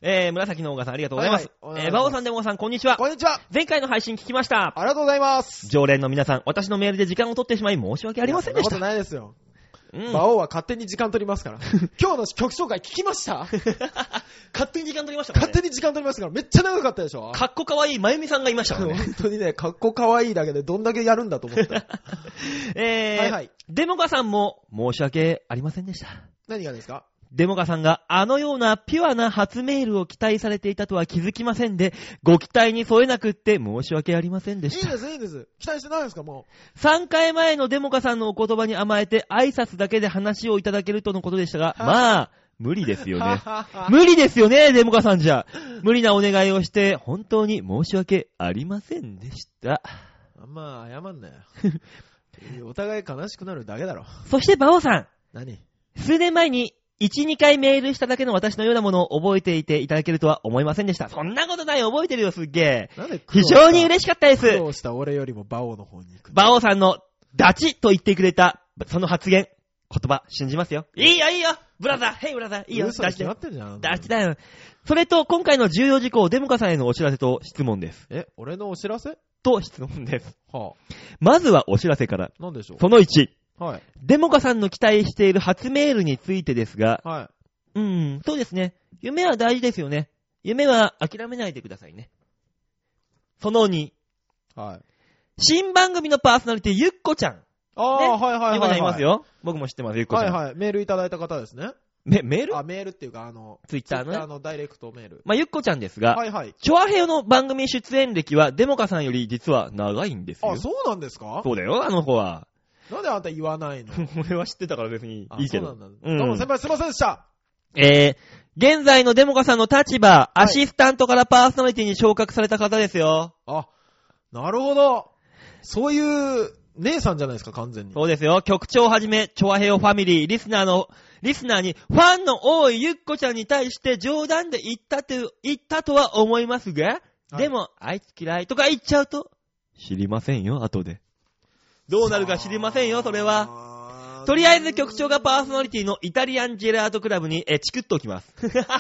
紫のオーガさんありがとうございます。バオさんデモカさんこんにちは。 こんにちは。 前回の配信聞きました。 ありがとうございます。 常連の皆さん、私のメールで時間を取ってしまい申し訳ありませんでした。 そんなことないですよ。バオは勝手に時間取りますから。今日の曲紹介聞きました勝手に時間取りましたからね。 勝手に時間取りましたから、めっちゃ長かったでしょ。 かっこかわいいまゆみさんがいましたからね。 本当にね、かっこかわいいだけでどんだけやるんだと思った。 はいはい。デモカさんも申し訳ありませんでした。 何がですか？ デモカさんがあのようなピュアな初メールを期待されていたとは気づきませんで、ご期待に添えなくって申し訳ありませんでした。 いいです、いいです。期待してないですか、もう。3回前のデモカさんのお言葉に甘えて挨拶だけで話をいただけるとのことでしたが、まあ、無理ですよね。無理ですよね、デモカさんじゃ。無理なお願いをして、本当に申し訳ありませんでした。 あんま謝んなよ。お互い悲しくなるだけだろ。 そしてバオさん。 何？ 数年前に、1、2回メールしただけの私のようなものを覚えていていただけるとは思いませんでした。そんなことない、覚えてるよ、すっげえ。非常に嬉しかったです。 苦労した俺よりもバオの方に行く。 バオさんのダチと言ってくれた、その発言、言葉、信じますよ。いいよ、いいよ、ブラザー、ヘイブラザー、いいよ、 嘘に決まってんじゃん。 ダチだよ。それと、今回の重要事項、デモカさんへのお知らせと質問です。 俺のお知らせ？ と質問です。 はあ、 まずはお知らせから。 何でしょう？ その1。 はい。 デモカさんの期待している初メールについてですが、 はい。 そうですね。夢は大事ですよね。夢は諦めないでくださいね。その2。 はい。 新番組のパーソナリティ、ゆっこちゃん。 ああ、ね、はいはいはい、はい。ゆっこちゃんいますよ。僕も知ってます、ゆっこちゃん。 はいはい。メールいただいた方ですね。 メール？ メールっていうか、 ツイッターのね。 ダイレクトメール。 まあ、ゆっこちゃんですが、 はいはい。 チョアヘヨの番組出演歴は、デモカさんより実は長いんですよ。 あ、そうなんですか？ そうだよ、あの子は。 なんであんた言わないの？ 俺は知ってたから別にいいけど。 そうなんだ。どうも先輩すいませんでした。 現在のデモカさんの立場、アシスタントからパーソナリティに昇格された方ですよ。 あ、なるほど。そういう姉さんじゃないですか、完全に。 そうですよ。局長をはじめ、チョアヘヨファミリー、リスナーにファンの多いゆっこちゃんに対して冗談で言ったとは思いますが、はい、でも、あいつ嫌いとか言っちゃうと、知りませんよ、後で。どうなるか知りませんよ、それは。とりあえず局長がパーソナリティのイタリアンジェラートクラブにチクッと置きます。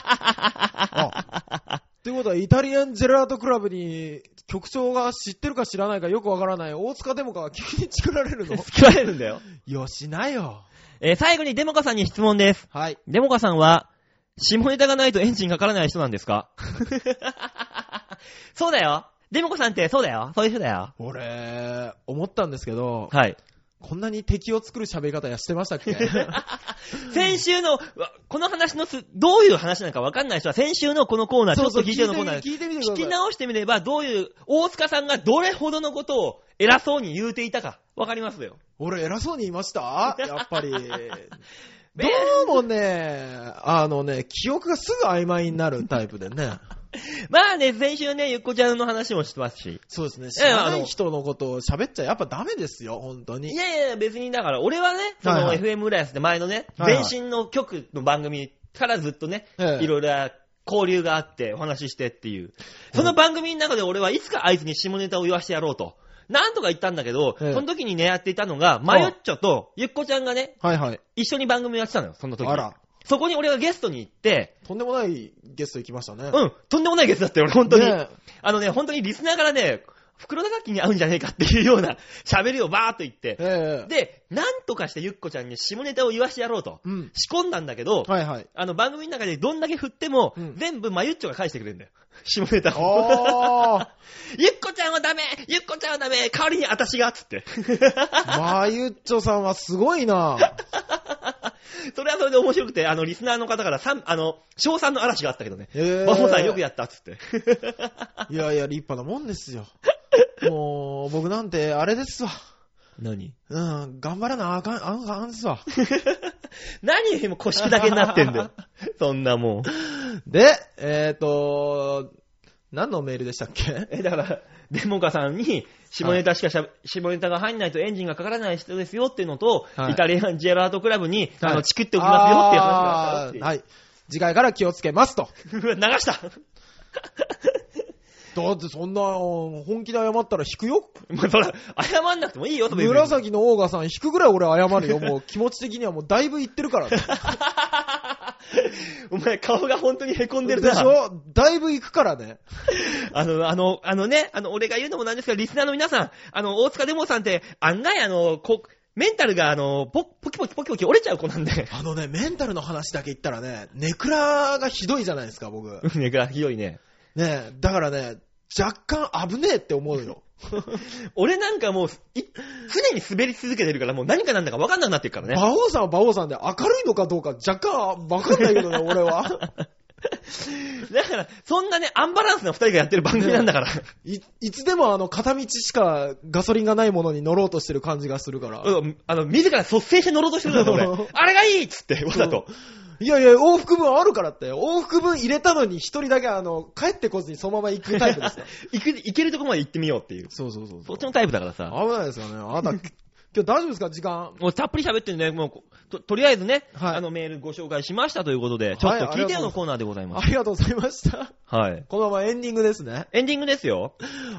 ってことは、イタリアンジェラートクラブに局長が知ってるか知らないかよくわからない大塚デモカが急に作られるの？ 作られるんだよ。 よしなよ。 最後にデモカさんに質問です。 はい。 デモカさんは、下ネタがないとエンジンかからない人なんですか？そうだよ。デモカさんってそうだよ。そういう人だよ。 俺、思ったんですけど。 はい。 こんなに敵を作る喋り方してましたっけ？ 先週の、この話のどういう話なのか分かんない人は、先週のこのコーナー、ちょっと聞いてるのコーナー、聞き直してみれば、どういう、大塚さんがどれほどのことを偉そうに言うていたか、分かりますよ。 俺偉そうに言いました？やっぱり。どうもね、記憶がすぐ曖昧になるタイプでね。 まあね、先週ね、ゆっこちゃんの話もしてますし。 そうですね。知らない人のことを喋っちゃやっぱダメですよ、本当に。 いやいや、別にだから、俺はね、その FM 浦安って前のね、前身の局の番組からずっとね、いろいろ交流があってお話ししてっていう。その番組の中で俺はいつかあいつに下ネタを言わしてやろうと。なんとか言ったんだけど、その時にね、やっていたのが、マユッチョとゆっこちゃんがね、一緒に番組をやってたのよ、その時に。 あら。 そこに俺がゲストに行って、 とんでもないゲスト行きましたね。 うん、とんでもないゲストだったよ、俺、本当に。ね、本当にリスナーからね、袋叩きに合うんじゃねえかっていうような喋りをバーっと言って、で、なんとかしてゆっこちゃんに下ネタを言わしてやろうと、仕込んだんだけど、番組の中でどんだけ振っても、全部マユッチョが返してくれるんだよ。下ネタを。ゆっこちゃんはダメ、ゆっこちゃんはダメ、代わりに私が、つって。 マユッチョさんはすごいな。 それはそれで面白くて、リスナーの方から賞賛の嵐があったけどね。マホさんよくやった、つって。 いやいや、立派なもんですよ。もう、僕なんて、あれですわ。 何？ 頑張らなあかんですわ。 何よ、今腰だけになってんだよ。そんなもん。 で、何のメールでしたっけ？ だから、デモカさんに、下ネタが入んないとエンジンがかからない人ですよっていうのと、イタリアンジェラートクラブに、チクっておきますよっていう話があったっていう。 はい。次回から気をつけますと。 流しただってそんな、本気で謝ったら引くよ。 まあ、そら、謝んなくてもいいよ、 紫のオーガさん引くぐらい俺謝るよ。もう気持ち的にはもうだいぶ言ってるからね。 お前顔が本当に凹んでるな。 でしょ？だいぶ行くからね。 俺が言うのもなんですけど、リスナーの皆さん、大塚デモさんって、案外メンタルがポキポキ折れちゃう子なんで。 メンタルの話だけ言ったらね、ネクラがひどいじゃないですか、僕。 ネクラひどいね。 ねえ、だからね、若干危ねえって思うよ。 俺なんかもう、常に滑り続けてるから、もう何かなんだか分かんなくなってるからね。 馬王さんは馬王さんで明るいのかどうか若干分かんないけどね、俺は。 だから、そんなね、アンバランスな二人がやってる番組なんだから。 いつでも片道しかガソリンがないものに乗ろうとしてる感じがするから。 自ら率先して乗ろうとしてるんだよ、俺。あれがいいっつって、わざと。 いやいや、往復分あるからって。往復分入れたのに一人だけ帰ってこずにそのまま行くタイプですよ。 行けるとこまで行ってみようっていう。 そう。 そっちのタイプだからさ。 危ないですよね。あなた、今日大丈夫ですか時間。 もうたっぷり喋ってるね。もう、とりあえずね、 はい、 メールご紹介しましたということで、ちょっと聞いてよのコーナーでございます。 ありがとうございました。 はい。 このままエンディングですね。 エンディングですよ。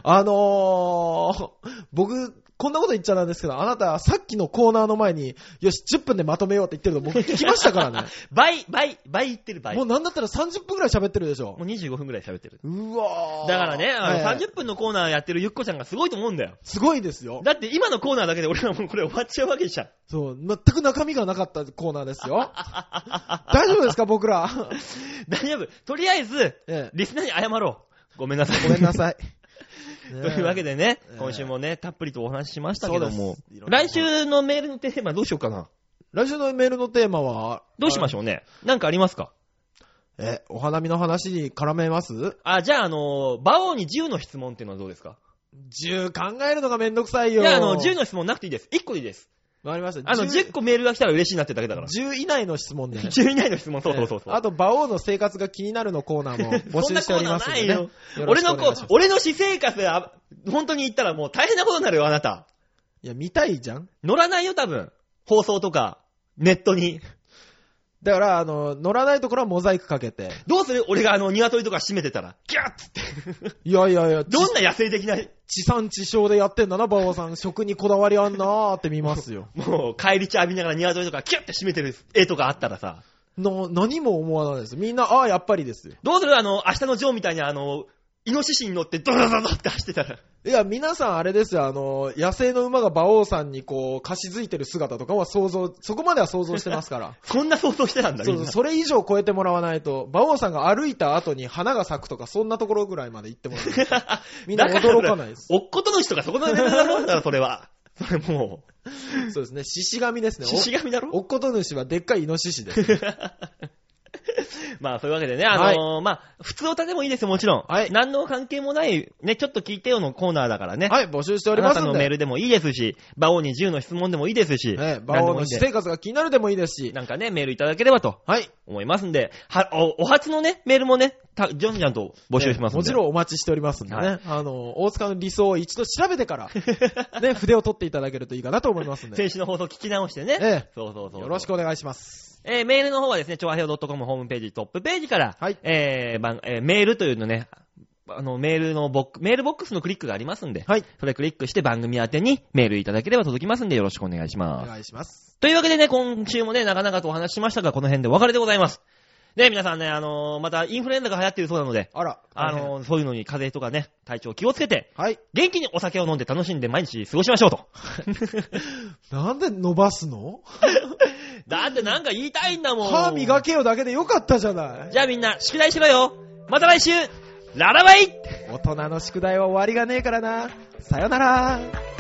僕、こんなこと言っちゃなんですけど、あなたさっきのコーナーの前に、よし、10分でまとめようって言ってるの僕聞きましたからね。 倍言ってる倍。 もうなんだったら30分くらい喋ってるでしょ。 もう25分くらい喋ってる。 うわー。 だからね、30分のコーナーやってるゆっこちゃんがすごいと思うんだよ。 すごいですよ。 だって今のコーナーだけで俺らもうこれ終わっちゃうわけじゃん。 そう、全く中身がなかったコーナーですよ。大丈夫ですか僕ら。 大丈夫。とりあえず、リスナーに謝ろう。ごめんなさい。 ごめんなさい。 というわけでね、今週もね、たっぷりとお話ししましたけども、来週のメールのテーマどうしようかな。 来週のメールのテーマはどうしましょうね。なんかありますか？ お花見の話に絡めます？ じゃあ馬王に10の質問っていうのはどうですか ？10考えるのがめんどくさいよ。 いや、10の質問なくていいです。1個でいいです。 わかりました。 10個メールが来たら嬉しいなってだけだから。 10以内の質問ね。 10以内の質問、そう。 あと、馬王の生活が気になるのコーナーも募集しておりますので、ね。そんなコーナーないよ。 俺の私生活が、本当に言ったらもう大変なことになるよ、あなた。 いや、見たいじゃん。 乗らないよ、多分。放送とか、ネットに。 だから、乗らないところはモザイクかけて。 どうする？俺が鶏とか閉めてたら、ギャッつって。 いや。 どんな野生的な。 地産地消でやってんだな、馬王さん。食にこだわりあんなーって見ますよ。 もう、帰り血浴びながら鶏とかキュッて閉めてる絵とかあったらさ。 何も思わないです。みんな、やっぱりですよ。 どうする？明日のジョーみたいにイノシシに乗ってドドドドって走ってたら。 いや、皆さんあれですよ、野生の馬が馬王さんにかしづいてる姿とかはそこまでは想像してますから。 そんな想像してたんだ、 そう、それ以上超えてもらわないと、馬王さんが歩いた後に花が咲くとか、そんなところぐらいまで行ってもらう。みんな驚かないです。 おっことのしとかそこのレベルだろうだろ、それは。それもう。そうですね、獅子神ですね。 獅子神だろ？ おっこと主はでっかいイノシシです。 まあ、そういうわけでね、普通歌でもいいですよ、もちろん。 はい。 何の関係もない、ね、ちょっと聞いてよのコーナーだからね。 はい、募集しておりますので。 あなたのメールでもいいですし、馬王に10の質問でもいいですし。 馬王の私生活が気になるでもいいですし。 なんかね、メールいただければと。はい。思いますんで、お初のね、メールもね、ジョンジャンと募集しますんで。 もちろんお待ちしておりますんでね。大塚の理想を一度調べてから、ね、筆を取っていただけるといいかなと思いますんで。 先週の放送聞き直してね。そう。 よろしくお願いします。 メールの方はですね、ちょわへお .com ホームページトップページから、はい、メールというのね、メールボックスのクリックがありますんで、はい、それクリックして番組宛てにメールいただければ届きますんでよろしくお願いします。 お願いします。 というわけでね、今週もね、長々とお話ししましたが、この辺でお別れでございます。ね、皆さんね、またインフルエンザが流行っているそうなので、そういうのに風邪とかね、体調気をつけて、はい、元気にお酒を飲んで楽しんで毎日過ごしましょうと。 なんで伸ばすの？ だってなんか言いたいんだもん。 歯磨けよだけでよかったじゃない。 じゃあみんな、宿題しろよ。また来週ララバイ。 大人の宿題は終わりがねえからな。さよなら。